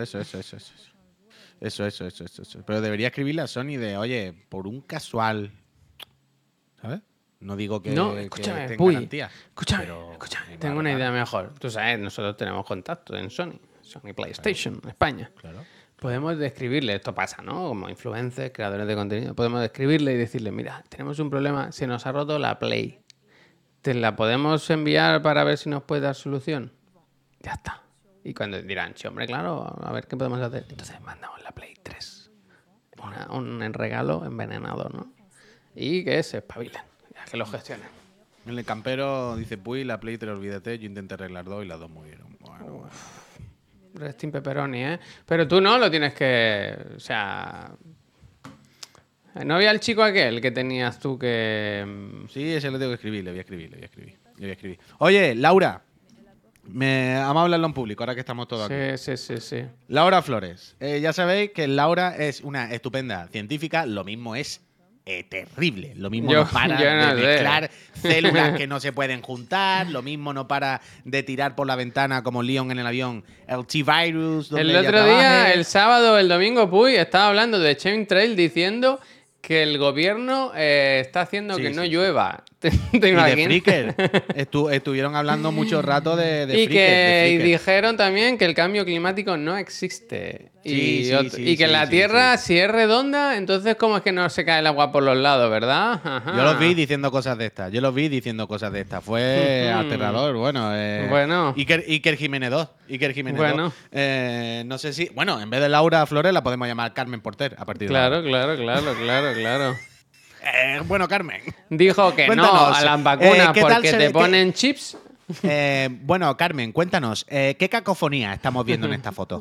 Pero debería escribirle a Sony de, oye, por un casual, ¿sabes? No digo que, no, que escúchame, tenga Puy, garantía. escúchame, pero tengo una idea mejor. Tú sabes, nosotros tenemos contacto en Sony PlayStation, en España. Claro. Podemos describirle, esto pasa, ¿no? Como influencers, creadores de contenido, podemos describirle y decirle, mira, tenemos un problema, se nos ha roto la Play. ¿Te la podemos enviar para ver si nos puede dar solución? Ya está. Y cuando dirán, sí, hombre, claro, a ver qué podemos hacer. Entonces mandamos la Play 3. Un regalo envenenado, ¿no? Y que se espabilen, ya que lo gestionen. En el campero dice, Puy, la Play 3, olvídate, yo intenté arreglar 2 y las 2 murieron. Bueno. Resting pepperoni, ¿eh? Pero tú no lo tienes que... O sea... ¿No había el chico aquel que tenías tú que...? Sí, ese lo tengo que escribir, le voy a escribir. Oye, Laura, vamos a hablarlo en público, ahora que estamos todos aquí. Sí. Laura Flores. Ya sabéis que Laura es una estupenda científica, lo mismo es terrible. Lo mismo no para de mezclar células que no se pueden juntar, lo mismo no para de tirar por la ventana como Leon en el avión el T-Virus. El otro día, el sábado, el domingo, Puy, estaba hablando de Chemtrail diciendo que el gobierno está haciendo que no llueva. ¿Te imaginas? Y de Flickr. Estuvieron hablando mucho rato de y Flickr. Y dijeron también que el cambio climático no existe. Y que la Tierra, si es redonda, entonces ¿cómo es que no se cae el agua por los lados, verdad? Ajá. Yo los vi diciendo cosas de estas. Fue aterrador. Bueno. Iker Jiménez 2. Bueno. No sé si... Bueno, en vez de Laura Flores la podemos llamar Carmen Porter a partir de ahora. Claro. Bueno, Carmen. Dijo que cuéntanos, no a las vacunas porque te ponen chips. Bueno, Carmen, cuéntanos, ¿qué cacofonía estamos viendo en esta foto?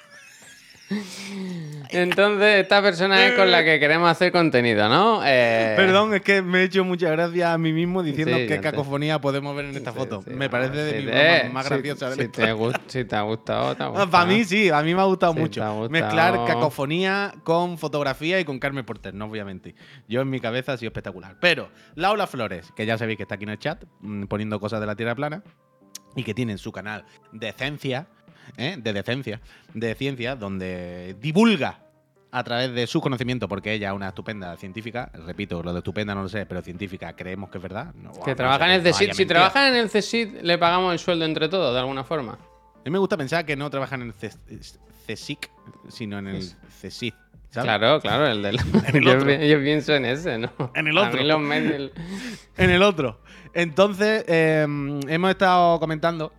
Entonces, esta persona es con la que queremos hacer contenido, ¿no? Perdón, es que me he hecho muchas gracias a mí mismo diciendo qué cacofonía podemos ver en esta foto. Me parece de mi broma más graciosa. Si te ha gustado, te ha gustado. Para mí sí, a mí me ha gustado mucho. Gustado. Mezclar cacofonía con fotografía y con Carmen Porter, no os voy a mentir. Yo en mi cabeza ha sido espectacular. Pero Laura Flores, que ya sabéis que está aquí en el chat poniendo cosas de la Tierra plana y que tiene en su canal de ciencia, donde divulga a través de su conocimiento, porque ella es una estupenda científica, repito, lo de estupenda no lo sé, pero científica creemos que es verdad. Que trabaja en el CSIC. Si trabaja en el CSIC, le pagamos el sueldo entre todos, de alguna forma. A mí me gusta pensar que no trabaja en el CSIC, sino en el CSIC. ¿sabes? Claro, el del... yo pienso en ese, ¿no? En el otro. A mí los medios... En el otro. Entonces, hemos estado comentando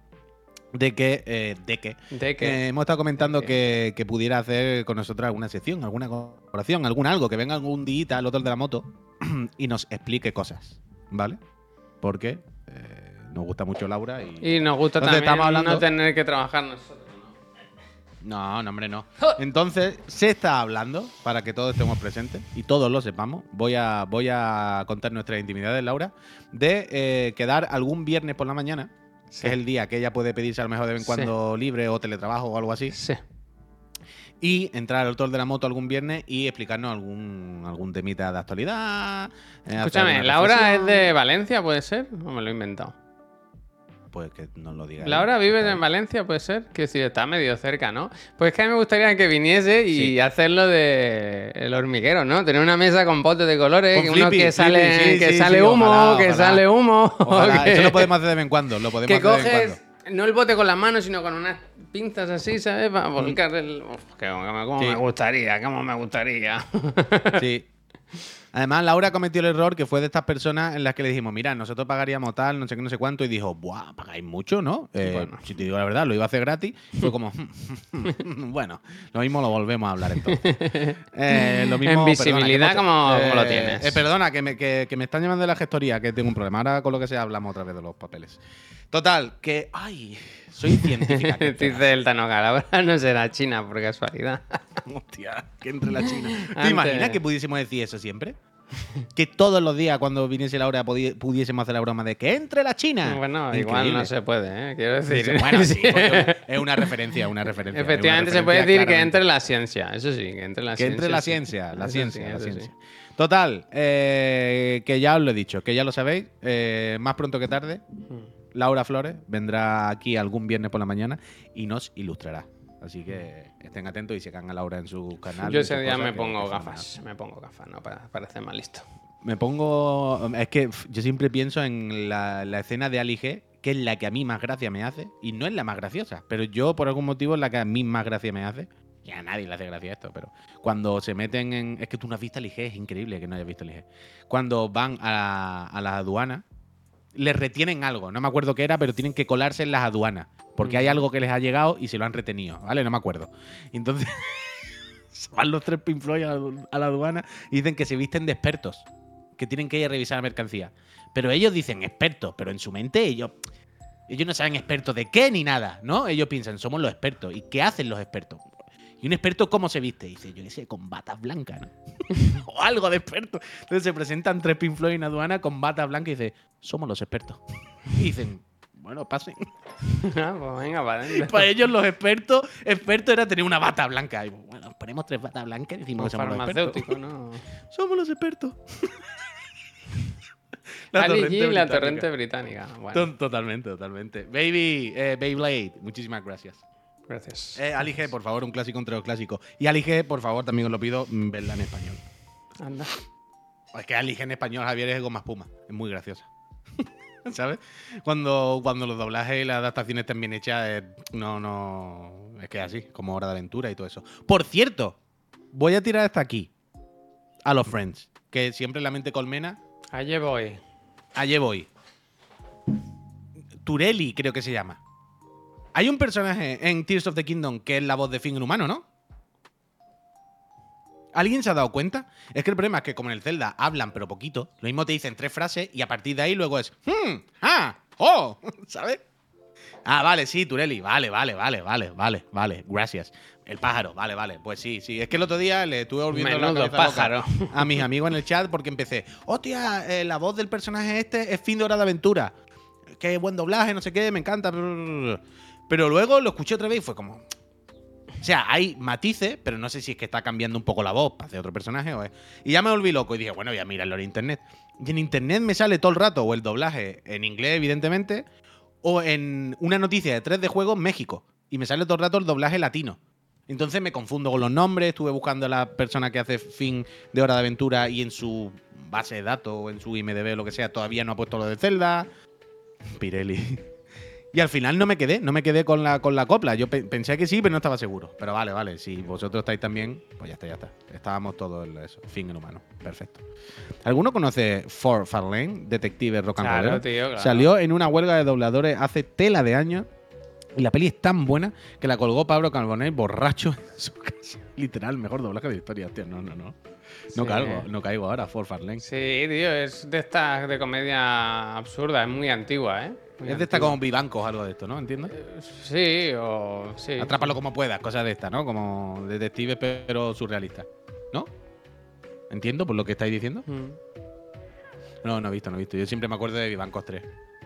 hemos estado comentando que pudiera hacer con nosotros alguna sección, alguna colaboración, algo, que venga algún día al otro de la moto y nos explique cosas, ¿vale? Porque nos gusta mucho Laura y nos gusta entonces también no tener que trabajar nosotros. No, hombre, no. Entonces, se está hablando, para que todos estemos presentes y todos lo sepamos, voy a contar nuestras intimidades, Laura, de quedar algún viernes por la mañana, que es el día que ella puede pedirse a lo mejor de vez en cuando libre o teletrabajo o algo así. Sí. Y entrar al autor de la moto algún viernes y explicarnos algún temita de actualidad. Escúchame, ¿Laura es de Valencia, puede ser? ¿O me lo he inventado? Pues que nos lo diga. ¿Laura vive en Valencia, puede ser? Que sí, está medio cerca, ¿no? Pues es que a mí me gustaría que viniese y hacerlo de el hormiguero, ¿no? Tener una mesa con potes de colores, con uno flippy, que sale humo, ojalá, que sale humo. Ojalá. Eso lo podemos hacer de vez en cuando. Que coges, no el bote con las manos, sino con unas pinzas así, ¿sabes? Para volcar el... ¿Cómo me gustaría? Sí. Además, Laura cometió el error que fue de estas personas en las que le dijimos, mira, nosotros pagaríamos tal, no sé qué, no sé cuánto, y dijo, buah, pagáis mucho, ¿no? Bueno. Si te digo la verdad, lo iba a hacer gratis. Fue como, bueno, lo mismo lo volvemos a hablar entonces. Lo mismo, en visibilidad, ¿cómo lo tienes? Perdona, que me están llamando de la gestoría, que tengo un problema. Ahora con lo que sea hablamos otra vez de los papeles. Total, que, ay, soy científica. Dice el Tanogal, ahora no será China por casualidad. Hostia, que entre la China. ¿Te imaginas que pudiésemos decir eso siempre? Que todos los días cuando viniese la hora pudiésemos hacer la broma de que entre la China. Bueno, increíble. Igual no se puede, ¿eh? Quiero decir. Bueno, sí, es una referencia, Efectivamente se puede decir que entre la ciencia, eso sí, que entre la ciencia. Que entre la ciencia, la ciencia. Total, que ya os lo he dicho, que ya lo sabéis, más pronto que tarde, Laura Flores vendrá aquí algún viernes por la mañana y nos ilustrará. Así que estén atentos y sigan a Laura en su canal. Yo ese día me pongo gafas, ¿no? Para parecer más listo. Es que yo siempre pienso en la escena de Ali G, que es la que a mí más gracia me hace, y no es la más graciosa, pero yo por algún motivo es la que a mí más gracia me hace. Y a nadie le hace gracia esto, pero cuando se meten en... Es que tú no has visto Ali G, es increíble que no hayas visto Ali G. Cuando van a la aduana, les retienen algo, no me acuerdo qué era, pero tienen que colarse en las aduanas, porque hay algo que les ha llegado y se lo han retenido, ¿vale? No me acuerdo. Entonces, van los 3 Pink Floyd a la aduana y dicen que se visten de expertos, que tienen que ir a revisar la mercancía. Pero ellos dicen expertos, pero en su mente ellos no saben expertos de qué ni nada, ¿no? Ellos piensan, somos los expertos. ¿Y qué hacen los expertos? ¿Y un experto cómo se viste? Dice, yo qué sé, con batas blancas, ¿no? O algo de experto. Entonces se presentan 3 Pink Floyd en aduana con batas blancas y dice, somos los expertos. Y dicen, bueno, pasen. Pues venga, para adentro. Para ellos los expertos era tener una bata blanca. Y bueno, ponemos 3 batas blancas y decimos que somos los expertos. ¿No? Somos los expertos. Ali G, la torrente británica. Bueno. Totalmente. Beyblade, muchísimas gracias. Gracias. Ali G, por favor, un clásico entre los clásicos. Y Ali G, por favor, también os lo pido, verla en español. Anda. Es que Ali G en español, Javier, es goma espuma. Es muy graciosa. ¿Sabes? Cuando los doblajes y las adaptaciones están bien hechas, no. Es que es así, como Hora de Aventura y todo eso. Por cierto, voy a tirar hasta aquí. A los Friends. Que siempre la mente colmena. Allí voy. Turelli, creo que se llama. Hay un personaje en Tears of the Kingdom que es la voz de Finn en humano, ¿no? ¿Alguien se ha dado cuenta? Es que el problema es que como en el Zelda hablan pero poquito, lo mismo te dicen 3 frases y a partir de ahí luego es ¿sabes? Ah, vale, sí, Turelli, vale, gracias. El pájaro, vale, pues sí, es que el otro día le estuve volviendo la cabeza a mis amigos en el chat porque empecé, hostia, la voz del personaje este es Finn de Hora de Aventura, qué buen doblaje, no sé qué, me encanta, pero luego lo escuché otra vez y fue como... O sea, hay matices, pero no sé si es que está cambiando un poco la voz para hacer otro personaje o es... Y ya me volví loco y dije, bueno, voy a mirarlo en internet. Y en internet me sale todo el rato o el doblaje en inglés, evidentemente, o en una noticia de 3 de juegos México. Y me sale todo el rato el doblaje latino. Entonces me confundo con los nombres, estuve buscando a la persona que hace Finn de Hora de Aventura y en su base de datos o en su IMDb o lo que sea todavía no ha puesto lo de Zelda. Pirelli. Y al final no me quedé con la copla. Yo pensé que sí, pero no estaba seguro. Pero vale, si vosotros estáis también, pues ya está. Estábamos todos en eso, Finn en humano. Perfecto. ¿Alguno conoce Ford Fairlane, detective rock and roll? Claro, tío, claro. Salió en una huelga de dobladores hace tela de años. Y la peli es tan buena que la colgó Pablo Carbonell borracho en su casa. Literal, mejor doblaje de historia, tío. No. Sí. No caigo ahora, Ford Fairlane. Sí, tío, es de estas de comedia absurda, es muy antigua, ¿eh? Es de esta como Vivancos, algo de esto, ¿no? ¿Entiendes? Sí. Atrápalo como puedas, cosas de esta, ¿no? Como detective pero surrealista. ¿No? ¿Entiendo por lo que estáis diciendo? No he visto. Yo siempre me acuerdo de Vivancos 3.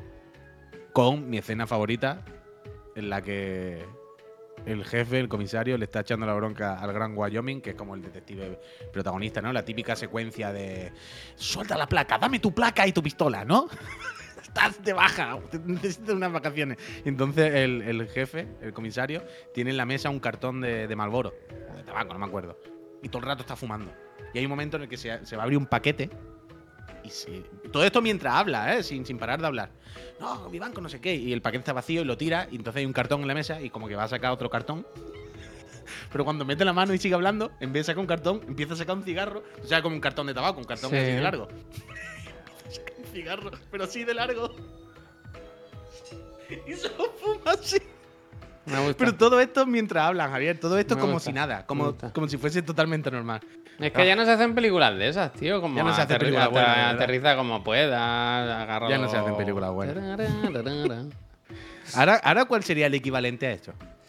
Con mi escena favorita, en la que el jefe, el comisario, le está echando la bronca al Gran Wyoming, que es como el detective protagonista, ¿no? La típica secuencia de suelta la placa, dame tu placa y tu pistola, ¿no? Estás de baja, necesitas unas vacaciones. Y entonces el jefe, el comisario, tiene en la mesa un cartón de Marlboro, o de tabaco, no me acuerdo. Y todo el rato está fumando. Y hay un momento en el que se va a abrir un paquete. Y todo esto mientras habla, sin parar de hablar. No, mi banco no sé qué. Y el paquete está vacío y lo tira. Y entonces hay un cartón en la mesa y como que va a sacar otro cartón. Pero cuando mete la mano y sigue hablando, en vez de sacar un cartón, empieza a sacar un cigarro. O sea, como un cartón de tabaco, un cartón así de largo. Cigarro, pero así de largo. Y solo fuma así. Me gusta. Pero todo esto mientras hablan, Javier. Todo esto Me como gusta. si nada. Como si fuese totalmente normal. Es que ya no se hacen películas de esas, tío. Como ya no se hacen películas buenas. Aterriza como pueda, agarra. Ya no se hacen películas buenas. Ahora, ¿cuál sería el equivalente a esto?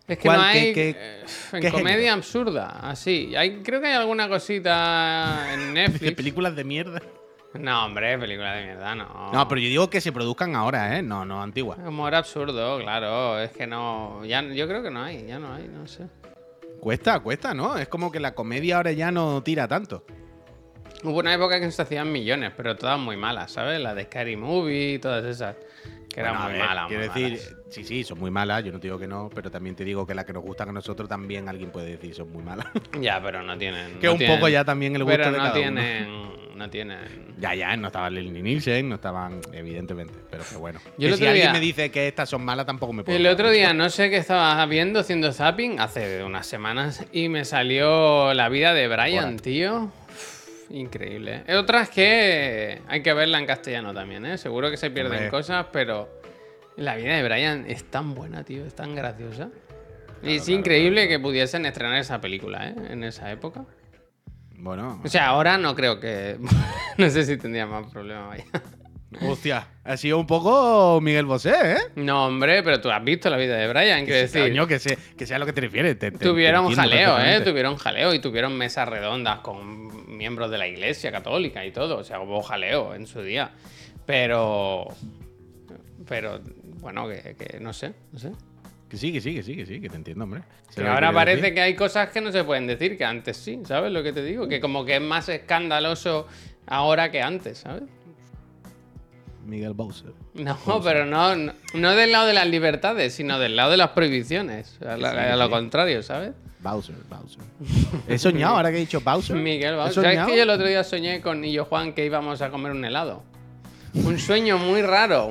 Es que no hay en comedia absurda, así. Creo que hay alguna cosita en Netflix. ¿Películas de mierda? No, hombre, películas de mierda, no. No, pero yo digo que se produzcan ahora, ¿eh? No, antiguas. Humor absurdo, claro. Es que no. Yo creo que ya no hay, no sé. Cuesta, ¿no? Es como que la comedia ahora ya no tira tanto. Hubo una época que se hacían millones, pero todas muy malas, ¿sabes? La de Scary Movie, todas esas. Que eran muy malas. Quiero decir, sí, son muy malas, yo no te digo que no, pero también te digo que las que nos gustan a nosotros también alguien puede decir son muy malas. Ya, pero no tienen. Que poco ya también el gusto pero de cada uno. No tienen. Ya, no estaban Leslie Nielsen, no estaban, evidentemente, pero que bueno. Yo que si alguien me dice que estas son malas, tampoco me puedo. El otro día, no sé qué estaba viendo, haciendo zapping, hace unas semanas, y me salió La vida de Brian, tío. Increíble. Otras que hay que verla en castellano también, ¿eh? Seguro que se pierden cosas, pero la vida de Brian es tan buena, tío, es tan graciosa. Y es increíble que pudiesen estrenar esa película, ¿eh? En esa época. Bueno. O sea, ahora no creo que... no sé si tendría más problemas, vaya. Hostia, ha sido un poco Miguel Bosé, ¿eh? No, hombre, pero tú has visto La vida de Brian, quiero decir. Coño, que sea lo que te refieres. Tuvieron jaleo, tuvieron jaleo y tuvieron mesas redondas con miembros de la iglesia católica y todo. O sea, hubo jaleo en su día. Pero bueno, que no sé. Que sí, que te entiendo, hombre. Que ahora parece que hay cosas que no se pueden decir, que antes sí, ¿sabes lo que te digo? Que como que es más escandaloso ahora que antes, ¿sabes? Miguel Bowser. No, pero no del lado de las libertades, sino del lado de las prohibiciones. A lo contrario, ¿sabes? Bowser. He soñado, ahora que he dicho Bowser. Miguel Bowser. ¿Sabes que yo el otro día soñé con Illo Juan que íbamos a comer un helado? Un sueño muy raro.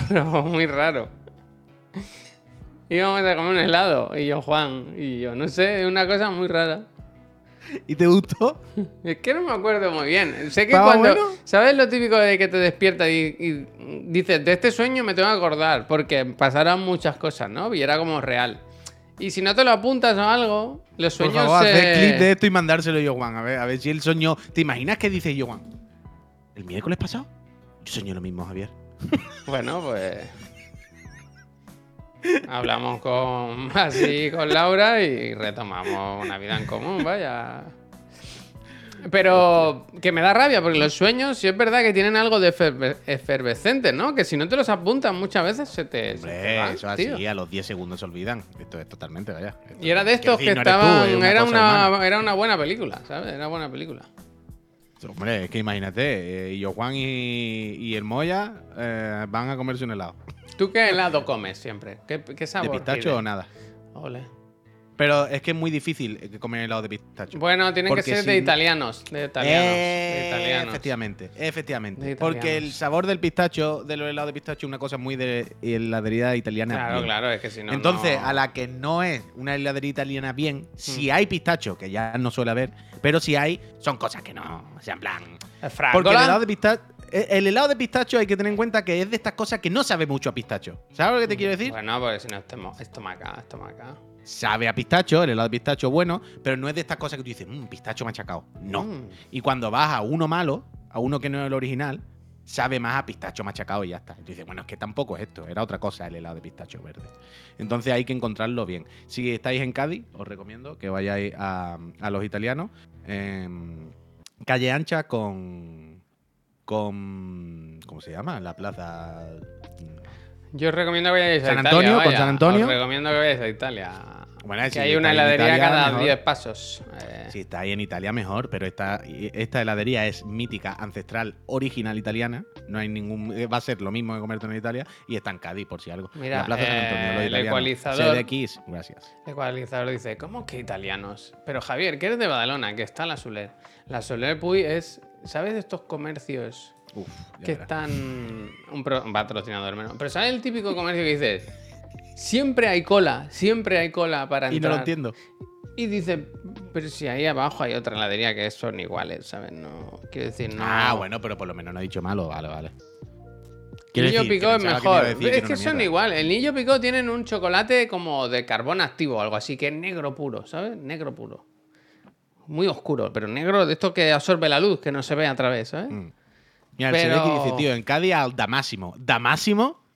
Íbamos a comer un helado, Illo Juan y yo. No sé, es una cosa muy rara. ¿Y te gustó? Es que no me acuerdo muy bien. Sé que cuando... Bueno? ¿Sabes lo típico de que te despiertas y dices, de este sueño me tengo que acordar? Porque pasaron muchas cosas, ¿no? Y era como real. Y si no te lo apuntas o algo, los sueños Por favor, hacer clip de esto y mandárselo a Illo Juan. A ver si él soñó... ¿Te imaginas qué dice Illo Juan? ¿El miércoles pasado? Yo soñé lo mismo, Javier. Bueno, pues... Hablamos con Laura y retomamos una vida en común, vaya. Pero que me da rabia, porque los sueños sí es verdad que tienen algo de efervescente, ¿no? Que si no te los apuntas muchas veces se te va, eso así, tío. A los 10 segundos se olvidan. Esto es totalmente, vaya. Y era de estos que estaban... Era una buena película, ¿sabes? Era buena película. Hombre, es que imagínate, Illo Juan y el Moya van a comerse un helado. ¿Tú qué helado comes siempre? ¿Qué sabor? ¿De pistacho o nada? Ole. Pero es que es muy difícil comer helado de pistacho. Bueno, tienen que ser de italianos. De italianos. Efectivamente. Porque el sabor del pistacho, de los helados de pistacho, es una cosa muy de heladería italiana. Claro, es que si no. Entonces, a la que no es una heladería italiana bien, si hay pistacho, que ya no suele haber, pero si hay, son cosas que no. O sea, en plan. Porque el helado de pistacho. El helado de pistacho hay que tener en cuenta que es de estas cosas que no sabe mucho a pistacho. ¿Sabes lo que te quiero decir? Bueno, porque si no, estomaca. Sabe a pistacho, el helado de pistacho bueno, pero no es de estas cosas que tú dices, pistacho machacado. No. Y cuando vas a uno malo, a uno que no es el original, sabe más a pistacho machacado y ya está. Y tú dices, bueno, es que tampoco es esto, era otra cosa el helado de pistacho verde. Entonces hay que encontrarlo bien. Si estáis en Cádiz, os recomiendo que vayáis a los italianos. Calle Ancha con ¿cómo se llama? La plaza... Yo os recomiendo que vayáis a Italia. Antonio, con San Antonio. Os recomiendo que vayáis a Italia. Bueno, que hay una heladería cada 10 pasos. Si estáis en Italia, mejor, pero esta heladería es mítica, ancestral, original italiana. No hay ningún... Va a ser lo mismo que comerte en Italia y está en Cádiz, por si algo. Mira, la Plaza San Antonio, los el ecualizador... CDX, gracias. El ecualizador dice, ¿cómo que italianos? Pero Javier, que eres de Badalona, que está la Soler. La Soler Puy es... ¿Sabes de estos comercios que están... Un patrocinador menos. Pero ¿sabes el típico comercio que dices? Siempre hay cola para entrar. Y no lo entiendo. Y dice, pero si ahí abajo hay otra heladería que son iguales, ¿sabes? No, quiero decir, no... Ah, bueno, pero por lo menos no ha dicho malo, vale. El Niño Picó es mejor. Es que son iguales. El Niño Picó tienen un chocolate como de carbón activo o algo así, que es negro puro, ¿sabes? Negro puro. Muy oscuro, pero negro de esto que absorbe la luz, que no se ve a través, ¿sabes? Mira, el CDX dice, tío, en Cádiz al Damásimo. ¿Damásimo?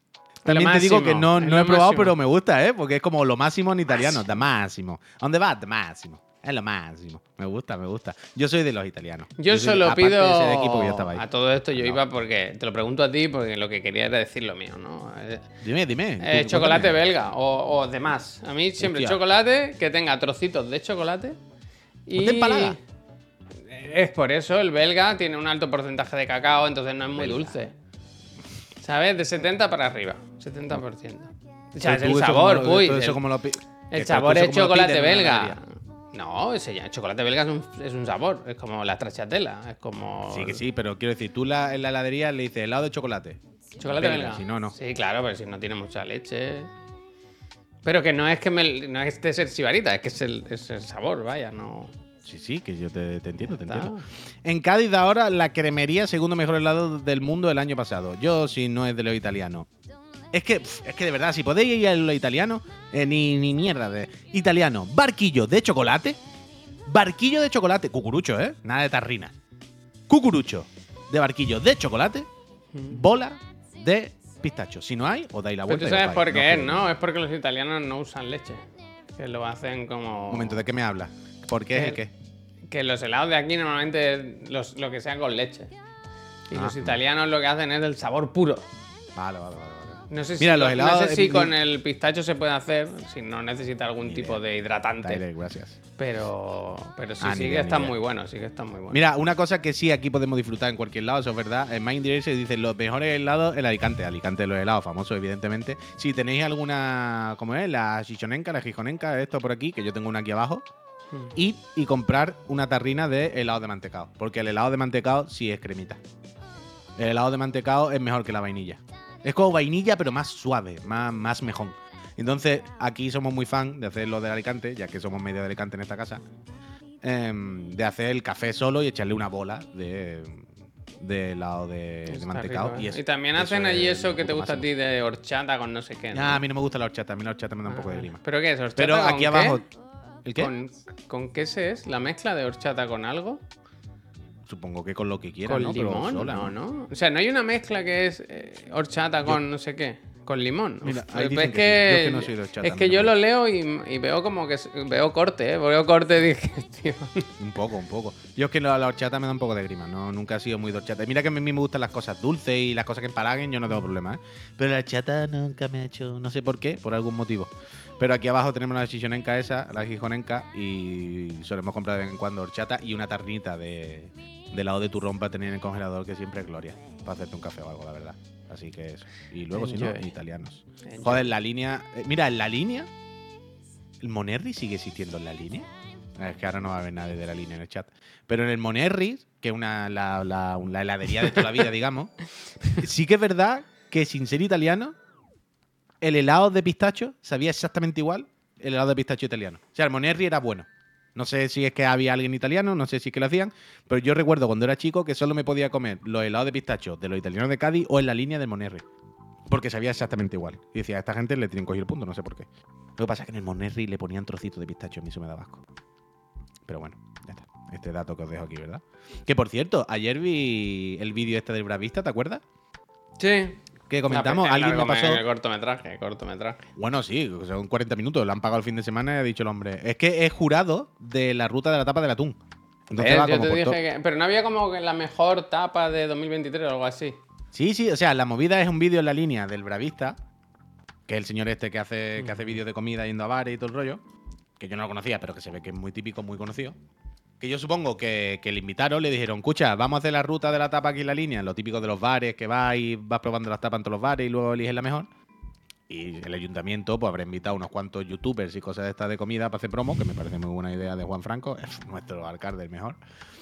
También te digo que no he probado, máximo. pero me gusta, ¿eh? Porque es como lo máximo en italiano. Da máximo. ¿Dónde va? Da máximo. Es lo máximo. Me gusta. Yo soy de los italianos. Yo soy, solo aparte pido de ese equipo que yo estaba ahí. a todo esto, yo No. iba porque te lo pregunto a ti porque lo que quería era decir lo mío, ¿no? Dime. Chocolate belga o demás. A mí siempre Hostia. chocolate que tenga trocitos de chocolate y... ¿No te empalaga? Es por eso el belga tiene un alto porcentaje de cacao, entonces no es muy dulce. ¿Sabes? De 70 para arriba. 70%. O sea, es el sabor, pues. El sabor es chocolate belga. No, ese ya, chocolate belga es un sabor. Es como la stracciatella. Es como. Sí, que sí, pero quiero decir, tú en la heladería le dices helado de chocolate. Chocolate belga. Si no, no. Sí, claro, pero si no tiene mucha leche. Pero que no es que no es de ser sibarita, es que es el sabor, vaya, no. Sí, que yo te entiendo. En Cádiz ahora la cremería segundo mejor helado del mundo el año pasado. Yo, si no es de lo italiano. Es que de verdad, si podéis ir a lo italiano, ni mierda de italiano. Barquillo de chocolate. Cucurucho, nada de tarrina. Cucurucho de barquillo de chocolate. Bola de pistacho. Si no hay, os dais la Pero vuelta. tú sabes por qué es, ¿no? Es porque los italianos no usan leche. Que lo hacen como. Un momento, ¿de qué me hablas? ¿Por qué es el qué? Que los helados de aquí normalmente es lo que sea con leche. Y los italianos lo que hacen es el sabor puro. Vale. No sé Mira, si, los helados no sé si con el pistacho se puede hacer, si no necesita algún tipo de hidratante. Tyler, gracias. Pero sí, Ni que idea, están ni idea. muy buenos, sí que están muy buenos. Mira, una cosa que sí aquí podemos disfrutar en cualquier lado, eso es verdad. En Mind Direct se dicen los mejores helados en Alicante. Alicante de los helados, famoso, evidentemente. Si tenéis alguna, ¿cómo es? La chichonenca, la gijonenca, esto por aquí, que yo tengo una aquí abajo. Ir y comprar una tarrina de helado de mantecao. Porque el helado de mantecao sí es cremita. El helado de mantecao es mejor que la vainilla. Es como vainilla, pero más suave, más mejón. Entonces, aquí somos muy fan de hacer lo de Alicante, ya que somos medio de Alicante en esta casa. De hacer el café solo y echarle una bola de helado de mantecao. Rico, y también hacen allí eso que te gusta máximo. a ti de horchata con no sé qué, ¿no? A mí no me gusta la horchata, a mí la horchata me da un poco de grima. ¿Pero qué es? ¿Horchata Pero con aquí qué? abajo. ¿El qué? ¿Con qué se es? ¿La mezcla de horchata con algo? Supongo que con lo que quieras, ¿Con ¿no? Pero limón? sola, No. O sea, no hay una mezcla que es horchata con no sé qué. Con limón. Mira, Uf, ahí pero dicen que sí. Yo es que no soy de horchata, es a mí que no yo me lo leo y veo como que veo corte, ¿eh? Veo corte de digestión. Un poco. Yo es que la horchata me da un poco de grima, no, nunca he sido muy de horchata. Y mira que a mí me gustan las cosas dulces y las cosas que empalaguen, yo no tengo problema, ¿eh? Pero la horchata nunca me ha hecho, no sé por qué, por algún motivo. Pero aquí abajo tenemos la chichonenca esa, la gijonenca, y solemos comprar de vez en cuando horchata y una tarnita de helado de turrón para tener en el congelador, que siempre es gloria, para hacerte un café o algo, la verdad. Así que eso. Y luego, si no, italianos. Joder, la línea. Mira, en la línea. ¿El Monerri sigue existiendo en la línea? Es que ahora no va a haber nadie de la línea en el chat. Pero en el Monerri, que es la heladería de toda la vida, digamos, sí que es verdad que sin ser italiano, el helado de pistacho sabía exactamente igual el helado de pistacho italiano. O sea, el Monerri era bueno. No sé si es que había alguien italiano, no sé si es que lo hacían, pero yo recuerdo cuando era chico que solo me podía comer los helados de pistacho de los italianos de Cádiz o en la línea del Monerri. Porque sabía exactamente igual. Y decía, a esta gente le tienen cogido el punto, no sé por qué. Lo que pasa es que en el Monerri le ponían trocitos de pistacho, a mí eso me daba asco. Pero bueno, ya está. Este dato que os dejo aquí, ¿verdad? Que por cierto, ayer vi el vídeo este del Bravista, ¿te acuerdas? Sí. Que comentamos, alguien me pasó. Cortometraje. Bueno, sí, son 40 minutos, lo han pagado el fin de semana y ha dicho el hombre. Es que es jurado de la ruta de la tapa del atún. Entonces va Yo como te por dije que. Pero no había como que la mejor tapa de 2023 o algo así. Sí, o sea, la movida es un vídeo en la línea del Bravista, que es el señor este que hace vídeos de comida yendo a bares y todo el rollo, que yo no lo conocía, pero que se ve que es muy típico, muy conocido. Que yo supongo que le invitaron, le dijeron, escucha, vamos a hacer la ruta de la tapa aquí en la línea, lo típico de los bares, que vas y vas probando las tapas en todos los bares y luego eliges la mejor. Y el ayuntamiento pues habrá invitado a unos cuantos youtubers y cosas de estas de comida para hacer promo, que me parece muy buena idea de Juan Franco, es nuestro alcalde el mejor.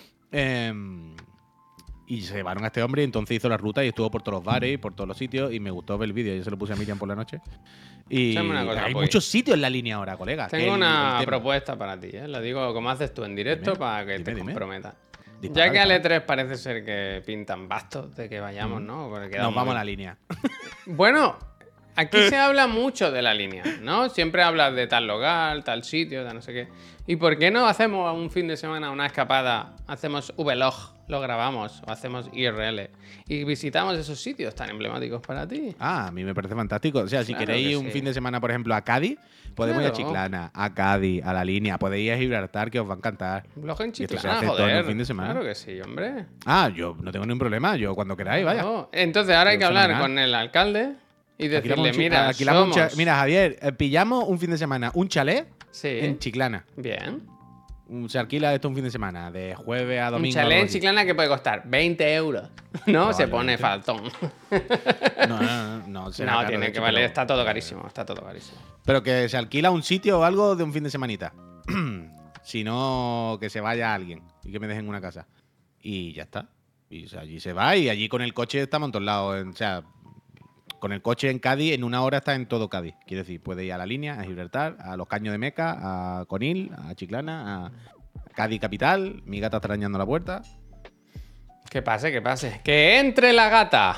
Y se llevaron a este hombre y entonces hizo la ruta y estuvo por todos los bares y por todos los sitios y me gustó ver el vídeo. Yo se lo puse a Miriam por la noche. Y hay muchos sitios en la línea ahora, colega. Tengo una propuesta para ti, ¿eh? Lo digo como haces tú en directo para que te comprometas. Ya que al E3 parece ser que pintan bastos de que vayamos, ¿no? Nos vamos a la línea. Bueno, Aquí se habla mucho de la línea, ¿no? Siempre hablas de tal lugar, tal sitio, tal no sé qué. ¿Y por qué no hacemos un fin de semana una escapada? Hacemos vlog, lo grabamos, o hacemos IRL. Y visitamos esos sitios tan emblemáticos para ti. A mí me parece fantástico. O sea, si queréis un fin de semana, por ejemplo, a Cádiz, podemos ir a Chiclana, a Cádiz, a La Línea. Podéis ir a Gibraltar, que os va a encantar. Vlog en Y esto se Chiclana, hace todo en joder. un fin de semana. Claro que sí, hombre. Yo no tengo ningún problema. Yo cuando queráis, vaya. No. Entonces ahora hay que hablar Fenomenal. con el alcalde y decirle, mira, Mira, Javier, pillamos un fin de semana un chalet Sí. en Chiclana. Bien. Se alquila esto un fin de semana, de jueves a domingo. Un chalet en Chiclana que puede costar 20 euros. No, se pone faltón. No, No, será tiene caro, que valer, está todo carísimo, está todo carísimo. Pero que se alquila un sitio o algo de un fin de semanita. Si no, que se vaya alguien y que me dejen una casa. Y ya está. Y o sea, allí se va y allí con el coche estamos en todos lados. O sea, con el coche en Cádiz, en una hora está en todo Cádiz. Quiere decir, puede ir a La Línea, a Gibraltar, a los Caños de Meca, a Conil, a Chiclana, a Cádiz capital. Mi gata está arañando la puerta. Que pase, que pase. ¡Que entre la gata!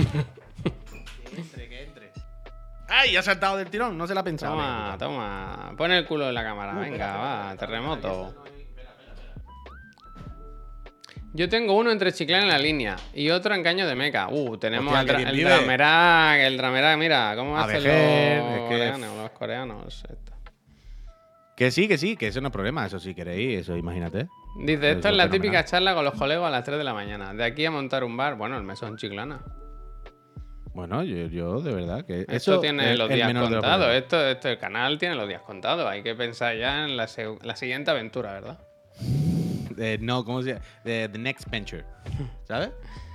Que entre. ¡Ay! Ha saltado del tirón, no se la ha pensado. Toma, toma. Pon el culo en la cámara, venga, va, terremoto. Yo tengo uno entre Chiclana y La Línea y otro en Caño de Meca. Tenemos Hostia, el Dramerac, mira, cómo hacen los coreanos. Que sí, que eso no es problema, eso si queréis, eso imagínate. Dice, esto es la típica charla con los colegas a las 3 de la mañana. De aquí a montar un bar, bueno, el Mesón Chiclana. Bueno, yo de verdad que Esto tiene los días contados. El canal tiene los días contados. Hay que pensar ya en la siguiente aventura, ¿verdad? No, ¿cómo se llama? The Next Venture, ¿sabes?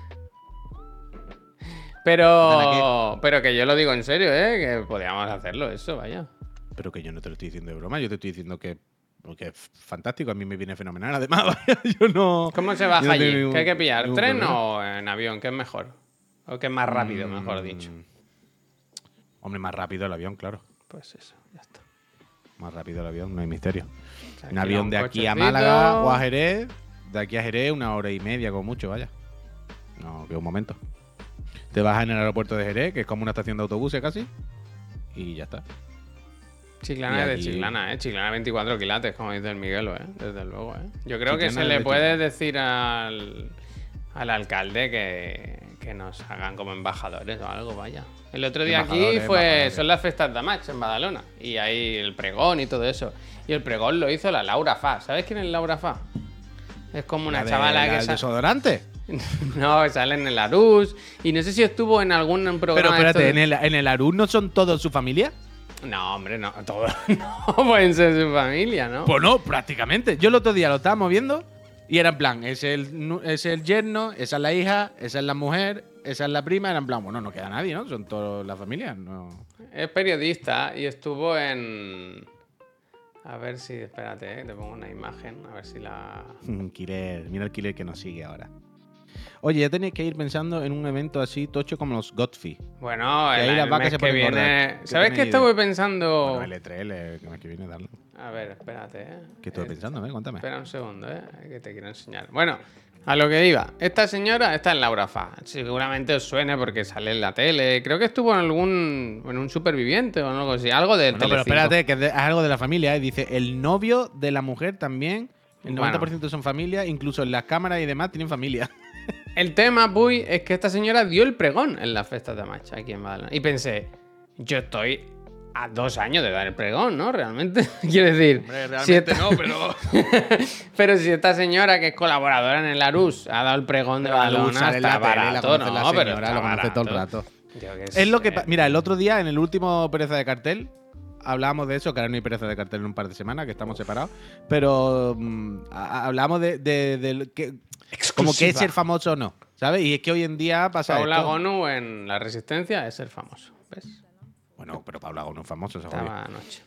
Pero que yo lo digo en serio, que podríamos hacerlo, eso, vaya. Pero que yo no te lo estoy diciendo de broma, yo te estoy diciendo que es fantástico, a mí me viene fenomenal. Además, vaya, yo no. ¿Cómo se baja allí? ¿Qué hay que pillar? ¿Tren problema. o en avión? ¿Qué es mejor? ¿O qué es más rápido, mejor dicho? Hombre, más rápido el avión, claro. Pues eso, ya está. Más rápido el avión, no hay misterio. Un Alquila avión un de aquí a cochecito. Málaga o a Jerez, de aquí a Jerez, 1 hora y media como mucho, vaya. No, que un momento. Te bajas en el aeropuerto de Jerez, que es como una estación de autobuses casi, y ya está. Chiclana es de allí- Chiclana, Chiclana 24 quilates, como dice el Miguelo, Desde luego, Yo creo que Chiclana se es le de puede Chiclana. decir al alcalde que nos hagan como embajadores o algo, vaya. El otro día aquí Embajadores. son las festas de Match en Badalona. Y ahí el pregón y todo eso. Y el pregón lo hizo la Laura Fa. ¿Sabes quién es Laura Fa? Es como una chavala que ¿El desodorante? No, sale en el Arús. Y no sé si estuvo en algún programa. Pero espérate, esto de- ¿en el Arús no son todos su familia? No, hombre, no. Todos no pueden ser su familia, ¿no? Pues no, prácticamente. Yo el otro día lo estábamos viendo y era en plan, es el yerno, esa es la hija, esa es la mujer, esa es la prima. Era en plan, bueno, no queda nadie, ¿no? Son todas las familias. No. Es periodista y estuvo en... A ver si... Espérate, te pongo una imagen. A ver si la... Killer, mira el killer que nos sigue ahora. Oye, ya tenéis que ir pensando en un evento así tocho como los Godfrey. Bueno, Que ahí el las vacas mes se que ponen viene... gordas. ¿Qué ¿Sabes qué tenéis estuve idea? pensando? Bueno, L3, el mes que viene, darlo. A ver, espérate, ¿Qué estuve pensando? Cuéntame. Espera un segundo, que te quiero enseñar. Bueno, a lo que iba. Esta señora está en Laura Fa. Seguramente os suene porque sale en la tele. Creo que estuvo en un Superviviente o algo así. Algo de No, pero Telecinco. espérate, que es algo de la familia. Dice, el novio de la mujer también, el 90% Bueno. son familia, incluso en las cámaras y demás tienen familia. El tema, Puy, es que esta señora dio el pregón en las festas de Macha aquí en Badalona. Y pensé, yo estoy a 2 años de dar el pregón, ¿no? Realmente. Quiero decir. si esta- no, pero... Pero si esta señora que es colaboradora en el Arús ha dado el pregón de Badalona, sale en está la tele, la barato, conoce ¿no? la Pero señora, está lo conoce todo el barato. rato. Yo qué Es lo que... sé. Mira, el otro día, en el último Pereza de Cartel, hablábamos de eso, que ahora no hay Pereza de Cartel en un par de semanas, que estamos separados, pero hablamos de que... Como que es ser famoso o no, ¿sabes? Y es que hoy en día pasa Paula esto. Gonu en La Resistencia es ser famoso. ¿Ves? Bueno, pero Paula Gonu es famoso, esa jodida. Estaba anoche.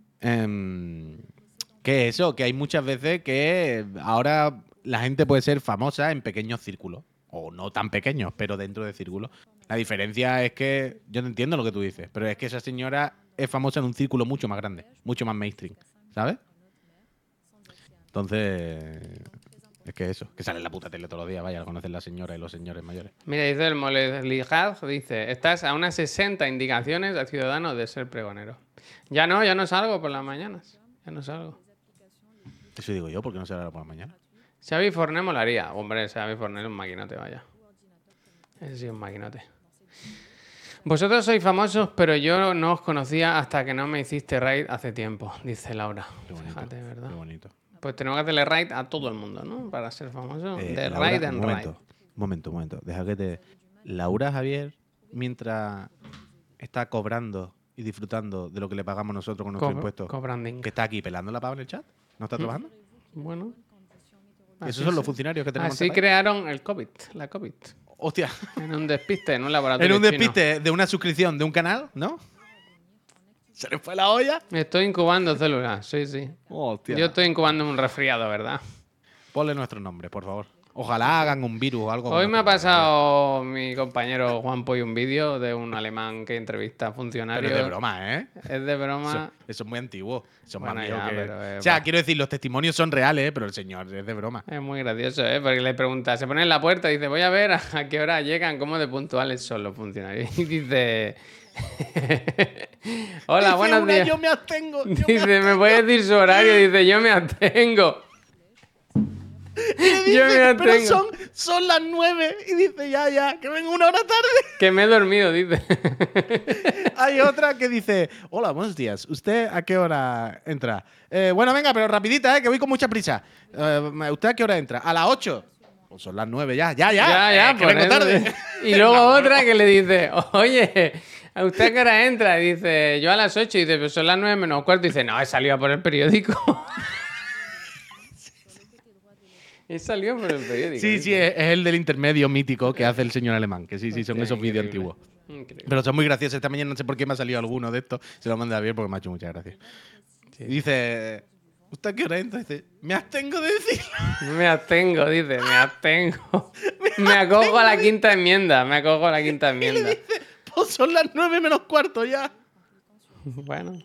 Que eso, que hay muchas veces que ahora la gente puede ser famosa en pequeños círculos, o no tan pequeños, pero dentro de círculos. La diferencia es que, yo no entiendo lo que tú dices, pero es que esa señora es famosa en un círculo mucho más grande, mucho más mainstream, ¿sabes? Entonces, Es que eso, que sale en la puta tele todos los días, vaya, lo conocen las señoras y los señores mayores. Mira, dice el Molejad, dice, estás a unas 60 indicaciones a Ciudadanos de ser pregonero. Ya no salgo por las mañanas. Ya no salgo. Eso digo yo, ¿por qué no se hará por la mañana? Xavi Forné molaría. Hombre, Xavi Forné es un maquinote, vaya. Ese sí es un maquinote. Vosotros sois famosos, pero yo no os conocía hasta que no me hiciste raid hace tiempo, dice Laura. Qué bonito, Fíjate, ¿verdad? Qué bonito. Pues tenemos que hacerle raid a todo el mundo, ¿no? Para ser famoso. De Laura, raid en raid. Un momento. Deja que te... Laura Javier, mientras está cobrando y disfrutando de lo que le pagamos nosotros con nuestros impuestos, Cobranding. que está aquí pelando la pava en el chat, ¿no está trabajando? Bueno. Esos son los funcionarios que tenemos. Así crearon el COVID, la COVID. Hostia. En un despiste, en un laboratorio En un chino. despiste de una suscripción de un canal, ¿no? ¿Se le fue la olla? Estoy incubando células, sí. Hostia. Yo estoy incubando un resfriado, ¿verdad? Ponle nuestros nombres, por favor. Ojalá hagan un virus o algo. Hoy me ha pasado mi compañero Juan Poy un vídeo de un alemán que entrevista a funcionarios. Pero es de broma, ¿eh? Es de broma. Eso es muy antiguo. Eso es Bueno, más viejo ya, que... pero, o sea, quiero decir, los testimonios son reales, pero el señor es de broma. Es muy gracioso, ¿eh? Porque le pregunta, se pone en la puerta y dice, voy a ver a qué hora llegan, cómo de puntuales son los funcionarios. Y dice... Hola, Dice buenos una, días. Yo me abstengo. Dice, ¿me puedes decir su horario? Dice, yo me abstengo. Dice, Yo me pero abstengo. son las 9. Y dice, ya, que vengo una hora tarde. Que me he dormido, dice. Hay otra que dice, hola, buenos días. ¿Usted a qué hora entra? Bueno, venga, pero rapidita, que voy con mucha prisa. ¿Usted a qué hora entra? A las 8. Pues son las 9 ya. Ya, que por vengo eso. tarde. Y luego otra que le dice, oye, ¿a usted a qué hora entra? Y dice, yo a las 8. Y dice, pero son las 9 menos cuarto. Y dice, no, he salido a por el periódico. He salido por el periódico. Sí, es el del intermedio mítico que hace el señor alemán. Que sí, son esos vídeos increíble. antiguos. Increíble. Pero son muy graciosos. Esta mañana no sé por qué me ha salido alguno de estos. Se lo mandé a ver porque me ha hecho muchas gracias. Sí. Y dice, ¿usted a qué hora entra? Dice, me abstengo de decir. Me abstengo, dice, me abstengo. Me acojo a la quinta enmienda, me acojo a la quinta Y le enmienda. dice, pues son las 9 menos cuarto ya. Bueno,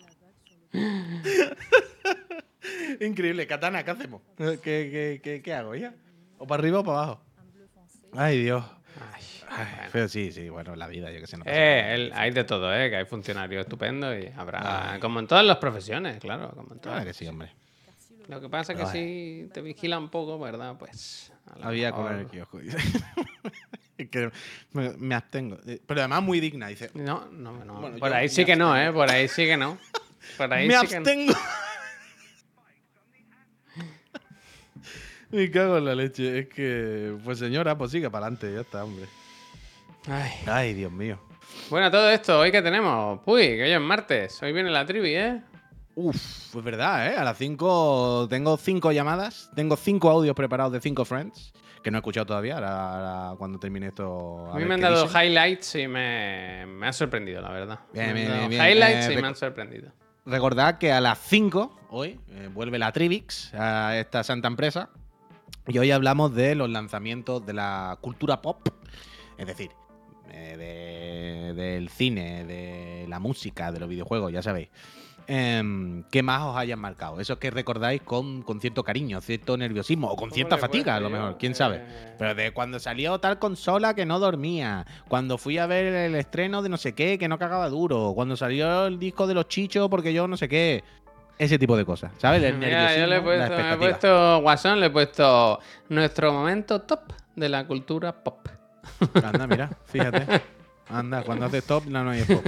Increíble. Katana, ¿qué hacemos? ¿Qué hago ya? ¿O para arriba o para abajo? Ay, Dios. Ay, pero sí, bueno, la vida, yo que sé. No pasa nada. hay de todo, que hay funcionarios estupendos y habrá, como en todas las profesiones, claro, como en todas. Claro que sí, hombre. Lo que pasa es que si te vigila un poco, ¿verdad? Pues a lo Había mejor- comer el kiosco, dice. Es que me abstengo. Pero además muy digna, dice. No. Bueno, Por yo ahí me sí que no, Por ahí sí que no. Por ahí Me sí que no. abstengo. Me cago en la leche. Es que, pues señora, pues siga para adelante, ya está, hombre. Ay. Ay, Dios mío. Bueno, todo esto, ¿hoy qué tenemos? Uy, que hoy es martes. Hoy viene la trivi, Uf, pues verdad, ¿eh? A las 5 tengo 5 llamadas, tengo 5 audios preparados de 5 friends, que no he escuchado todavía, ahora cuando termine esto... A mí ver me han qué dado dicen. highlights y me ha sorprendido, la verdad. Bien, Me han dado bien. highlights y me han sorprendido. Recordad que a las 5, hoy, vuelve la Trivix a esta santa empresa, y hoy hablamos de los lanzamientos de la cultura pop, es decir, del cine, de la música, de los videojuegos, ya sabéis. ¿Qué más os hayan marcado? Esos que recordáis con cierto cariño, cierto nerviosismo o con ¿Cómo cierta le he fatiga, a lo puesto yo? mejor, quién sabe. Pero de cuando salió tal consola que no dormía, cuando fui a ver el estreno de no sé qué, que no cagaba duro, cuando salió el disco de los chichos porque yo no sé qué. Ese tipo de cosas, ¿sabes? El Mira, nerviosismo, yo le he la puesto, me he expectativa. puesto Guasón, le he puesto nuestro momento top de la cultura pop. Anda, mira, fíjate. Anda, cuando haces top, no hay pop.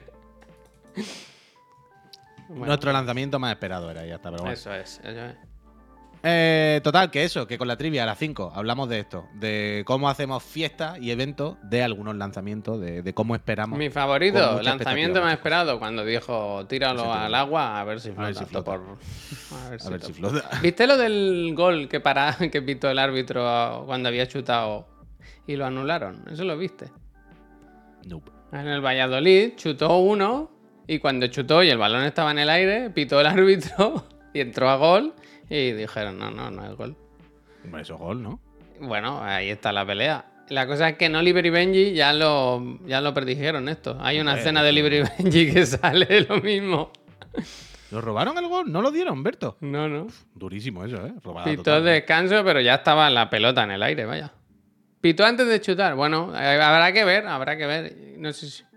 Bueno, Nuestro lanzamiento más esperado era, ya está, pero bueno. eso es. Total, que con la trivia a las 5 hablamos de esto, de cómo hacemos fiestas y eventos de algunos lanzamientos, de cómo esperamos. Mi con favorito, mucha lanzamiento expectativa, más muchas esperado, cuando dijo tíralo Ese al tiro. agua a ver si A ver flota. si flota. A ver A ver si flota. flota. ¿Viste lo del gol que pitó el árbitro cuando había chutado y lo anularon? ¿Eso lo viste? Nope. En el Valladolid chutó uno y cuando chutó y el balón estaba en el aire, pitó el árbitro y entró a gol y dijeron, no es gol. Hombre, eso es gol, ¿no? Bueno, ahí está la pelea. La cosa es que en Oliver y Benji ya lo predijeron esto. Hay una Hombre, escena de Oliver y Benji que sale lo mismo. ¿Lo robaron el gol? ¿No lo dieron, Berto? No. Durísimo eso, ¿eh? Robada Pitó total. descanso, pero ya estaba la pelota en el aire, vaya. Pitó antes de chutar. Bueno, habrá que ver. No sé si...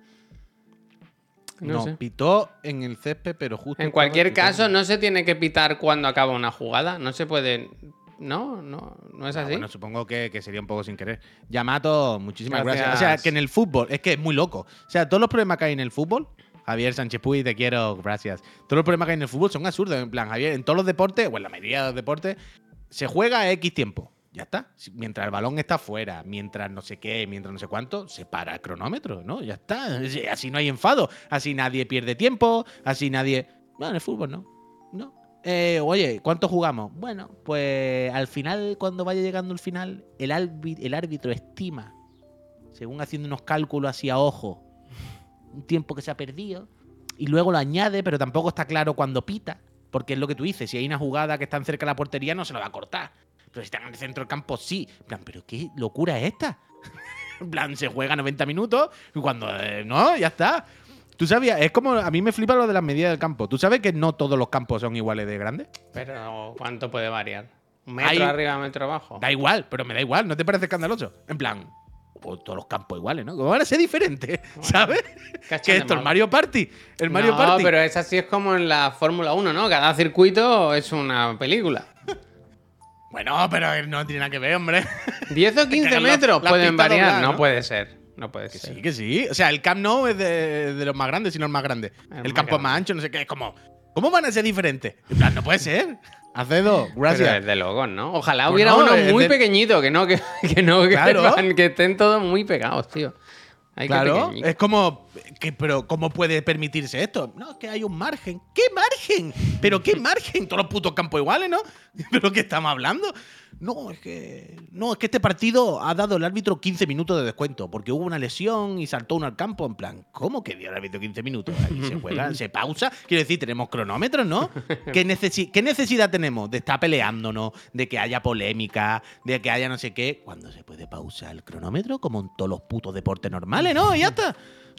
No, sé. pitó en el césped, pero justo... En cualquier caso, no se tiene que pitar cuando acaba una jugada. No se puede... No es así. Bueno, supongo que sería un poco sin querer. Yamato, muchísimas Gracias. gracias. O sea, que en el fútbol, es que es muy loco. O sea, todos los problemas que hay en el fútbol, Javier Sánchez Puy, te quiero, gracias. Todos los problemas que hay en el fútbol son absurdos. En plan, Javier, en todos los deportes, o en la mayoría de los deportes, se juega a X tiempo. Ya está. Mientras el balón está fuera, mientras no sé qué, mientras no sé cuánto, se para el cronómetro, ¿no? Ya está. Así no hay enfado. Así nadie pierde tiempo. Así nadie. Bueno, en el fútbol no. No. Oye, ¿cuánto jugamos? Bueno, pues al final, cuando vaya llegando el final, el árbitro estima, según haciendo unos cálculos así a ojo, un tiempo que se ha perdido, y luego lo añade, pero tampoco está claro cuándo pita, porque es lo que tú dices, si hay una jugada que está cerca de la portería no se lo va a cortar, pero si están en el centro del campo sí. En plan, ¿pero qué locura es esta? En plan, se juega 90 minutos y cuando no, ya está. ¿Tú sabías? Es como, a mí me flipa lo de las medidas del campo. ¿Tú sabes que no todos los campos son iguales de grandes? Pero, ¿cuánto puede variar? ¿Un metro arriba, un metro abajo? Da igual, pero me da igual. ¿No te parece escandaloso? En plan, pues todos los campos iguales, ¿no? ¿Cómo van a ser diferentes? Bueno, ¿sabes? ¿Qué es esto? ¿El Mario Party? ¿El Mario Party? No, pero es así, es como en la Fórmula 1, ¿no? Cada circuito es una película. Bueno, pero no tiene nada que ver, hombre. 10 o 15 metros pueden variar. Doblar, ¿no? Puede ser. No puede que ser. Sí, que sí. O sea, el Camp Nou es de los más grandes, si no el más grande. El campo es más ancho, no sé qué. Es como, ¿cómo van a ser diferentes? En plan, no puede ser. Acedo, gracias. Pero es de logos, ¿no? Ojalá hubiera uno muy pequeñito, Claro. que estén todos muy pegados, tío. Claro, es como, pero ¿cómo puede permitirse esto? No, es que hay un margen. ¿Qué margen? ¿Pero qué margen? Todos los putos campos iguales, ¿no? ¿Pero qué estamos hablando? No, es que este partido ha dado el árbitro 15 minutos de descuento porque hubo una lesión y saltó uno al campo. En plan, ¿cómo que dio el árbitro 15 minutos? Ahí se juega, se pausa. Quiero decir, tenemos cronómetros, ¿no? ¿Qué necesidad tenemos de estar peleándonos, de que haya polémica, de que haya no sé qué? Cuando se puede pausar el cronómetro como en todos los putos deportes normales, ¿no? Y ya está.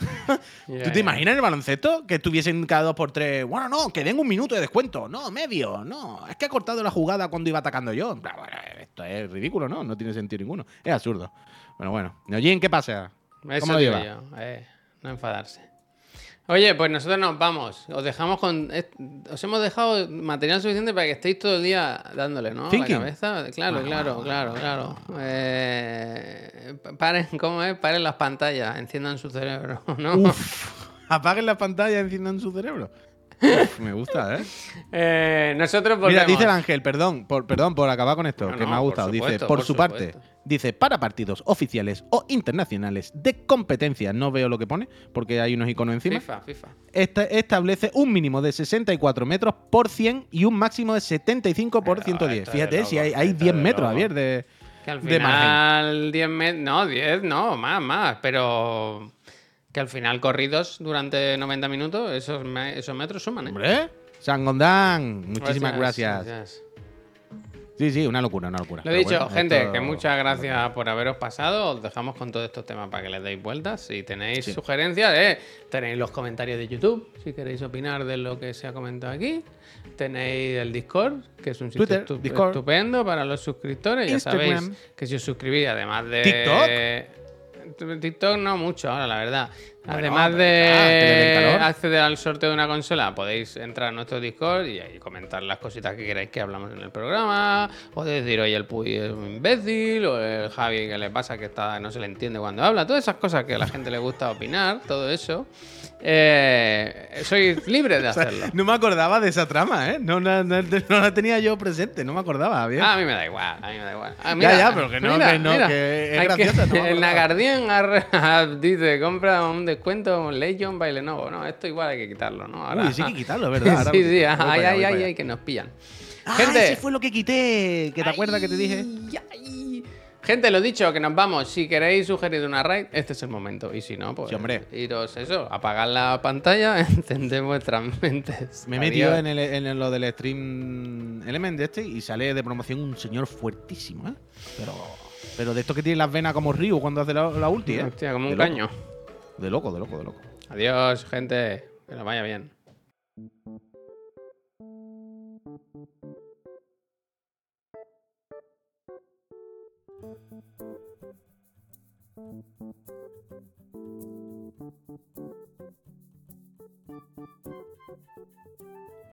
¿Tú te imaginas en el baloncesto que estuviesen cada 2 por 3? Bueno, no, que den un minuto de descuento. No, medio. No, es que ha cortado la jugada cuando iba atacando yo. Bueno, esto es ridículo, ¿no? No tiene sentido ninguno. Es absurdo. Bueno. Neojin, ¿qué pasa? ¿Cómo lo lleva? No enfadarse. Oye, pues nosotros nos vamos. Os hemos dejado material suficiente para que estéis todo el día dándole, ¿no? Thinking. La cabeza. Claro. Paren, ¿cómo es? Paren las pantallas, enciendan su cerebro, ¿no? Apaguen las pantallas, enciendan su cerebro. Uf, me gusta, Nosotros volvemos. Mira, dice el Ángel, perdón por acabar con esto, que me ha gustado. Supuesto, dice, por su parte, dice, para partidos oficiales o internacionales de competencia, no veo lo que pone, porque hay unos iconos encima. FIFA. Establece un mínimo de 64 metros por 100 y un máximo de 75 por 110. Fíjate, si hay 10 metros, Javier, de que al de margen. final 10 metros, no, 10, no, más, pero que al final corridos durante 90 minutos, esos metros suman, ¿eh? Hombre, Sangondán, muchísimas gracias. Sí, una locura. Lo he dicho, gente, que muchas gracias por haberos pasado. Os dejamos con todos estos temas para que les deis vueltas. Si tenéis sugerencias, tenéis los comentarios de YouTube, si queréis opinar de lo que se ha comentado aquí. Tenéis el Discord, que es un sitio estupendo para los suscriptores. Instagram. Ya sabéis que si os suscribís, además de... TikTok no mucho ahora, la verdad. Además de acceder al sorteo de una consola, podéis entrar a nuestro Discord y ahí comentar las cositas que queráis que hablamos en el programa. O decir, oye, el Puy es un imbécil, o el Javi que le pasa que no se le entiende cuando habla. Todas esas cosas que a la gente le gusta opinar, todo eso. Sois libres de hacerlo. No me acordaba de esa trama, ¿eh? No la tenía yo presente, no me acordaba bien. A mí me da igual. Pero que es graciosa. El Nagardian dice, compra un descuento Legion by Lenovo. No, esto igual hay que quitarlo, ¿no? Ahora, sí hay que quitarlo, ¿verdad? Sí, ay, que nos pillan. Gente, ese fue lo que quité, que te acuerdas que te dije. Gente, lo dicho, que nos vamos. Si queréis sugerir una raid, este es el momento. Y si no, pues iros apagad la pantalla, encended vuestras mentes. Me he metido en lo del Stream Element y sale de promoción un señor fuertísimo, ¿eh? Pero de estos que tienen las venas como Ryu cuando hace la ulti, ¿eh? Hostia, como un caño. De loco. Adiós, gente. Que nos vaya bien.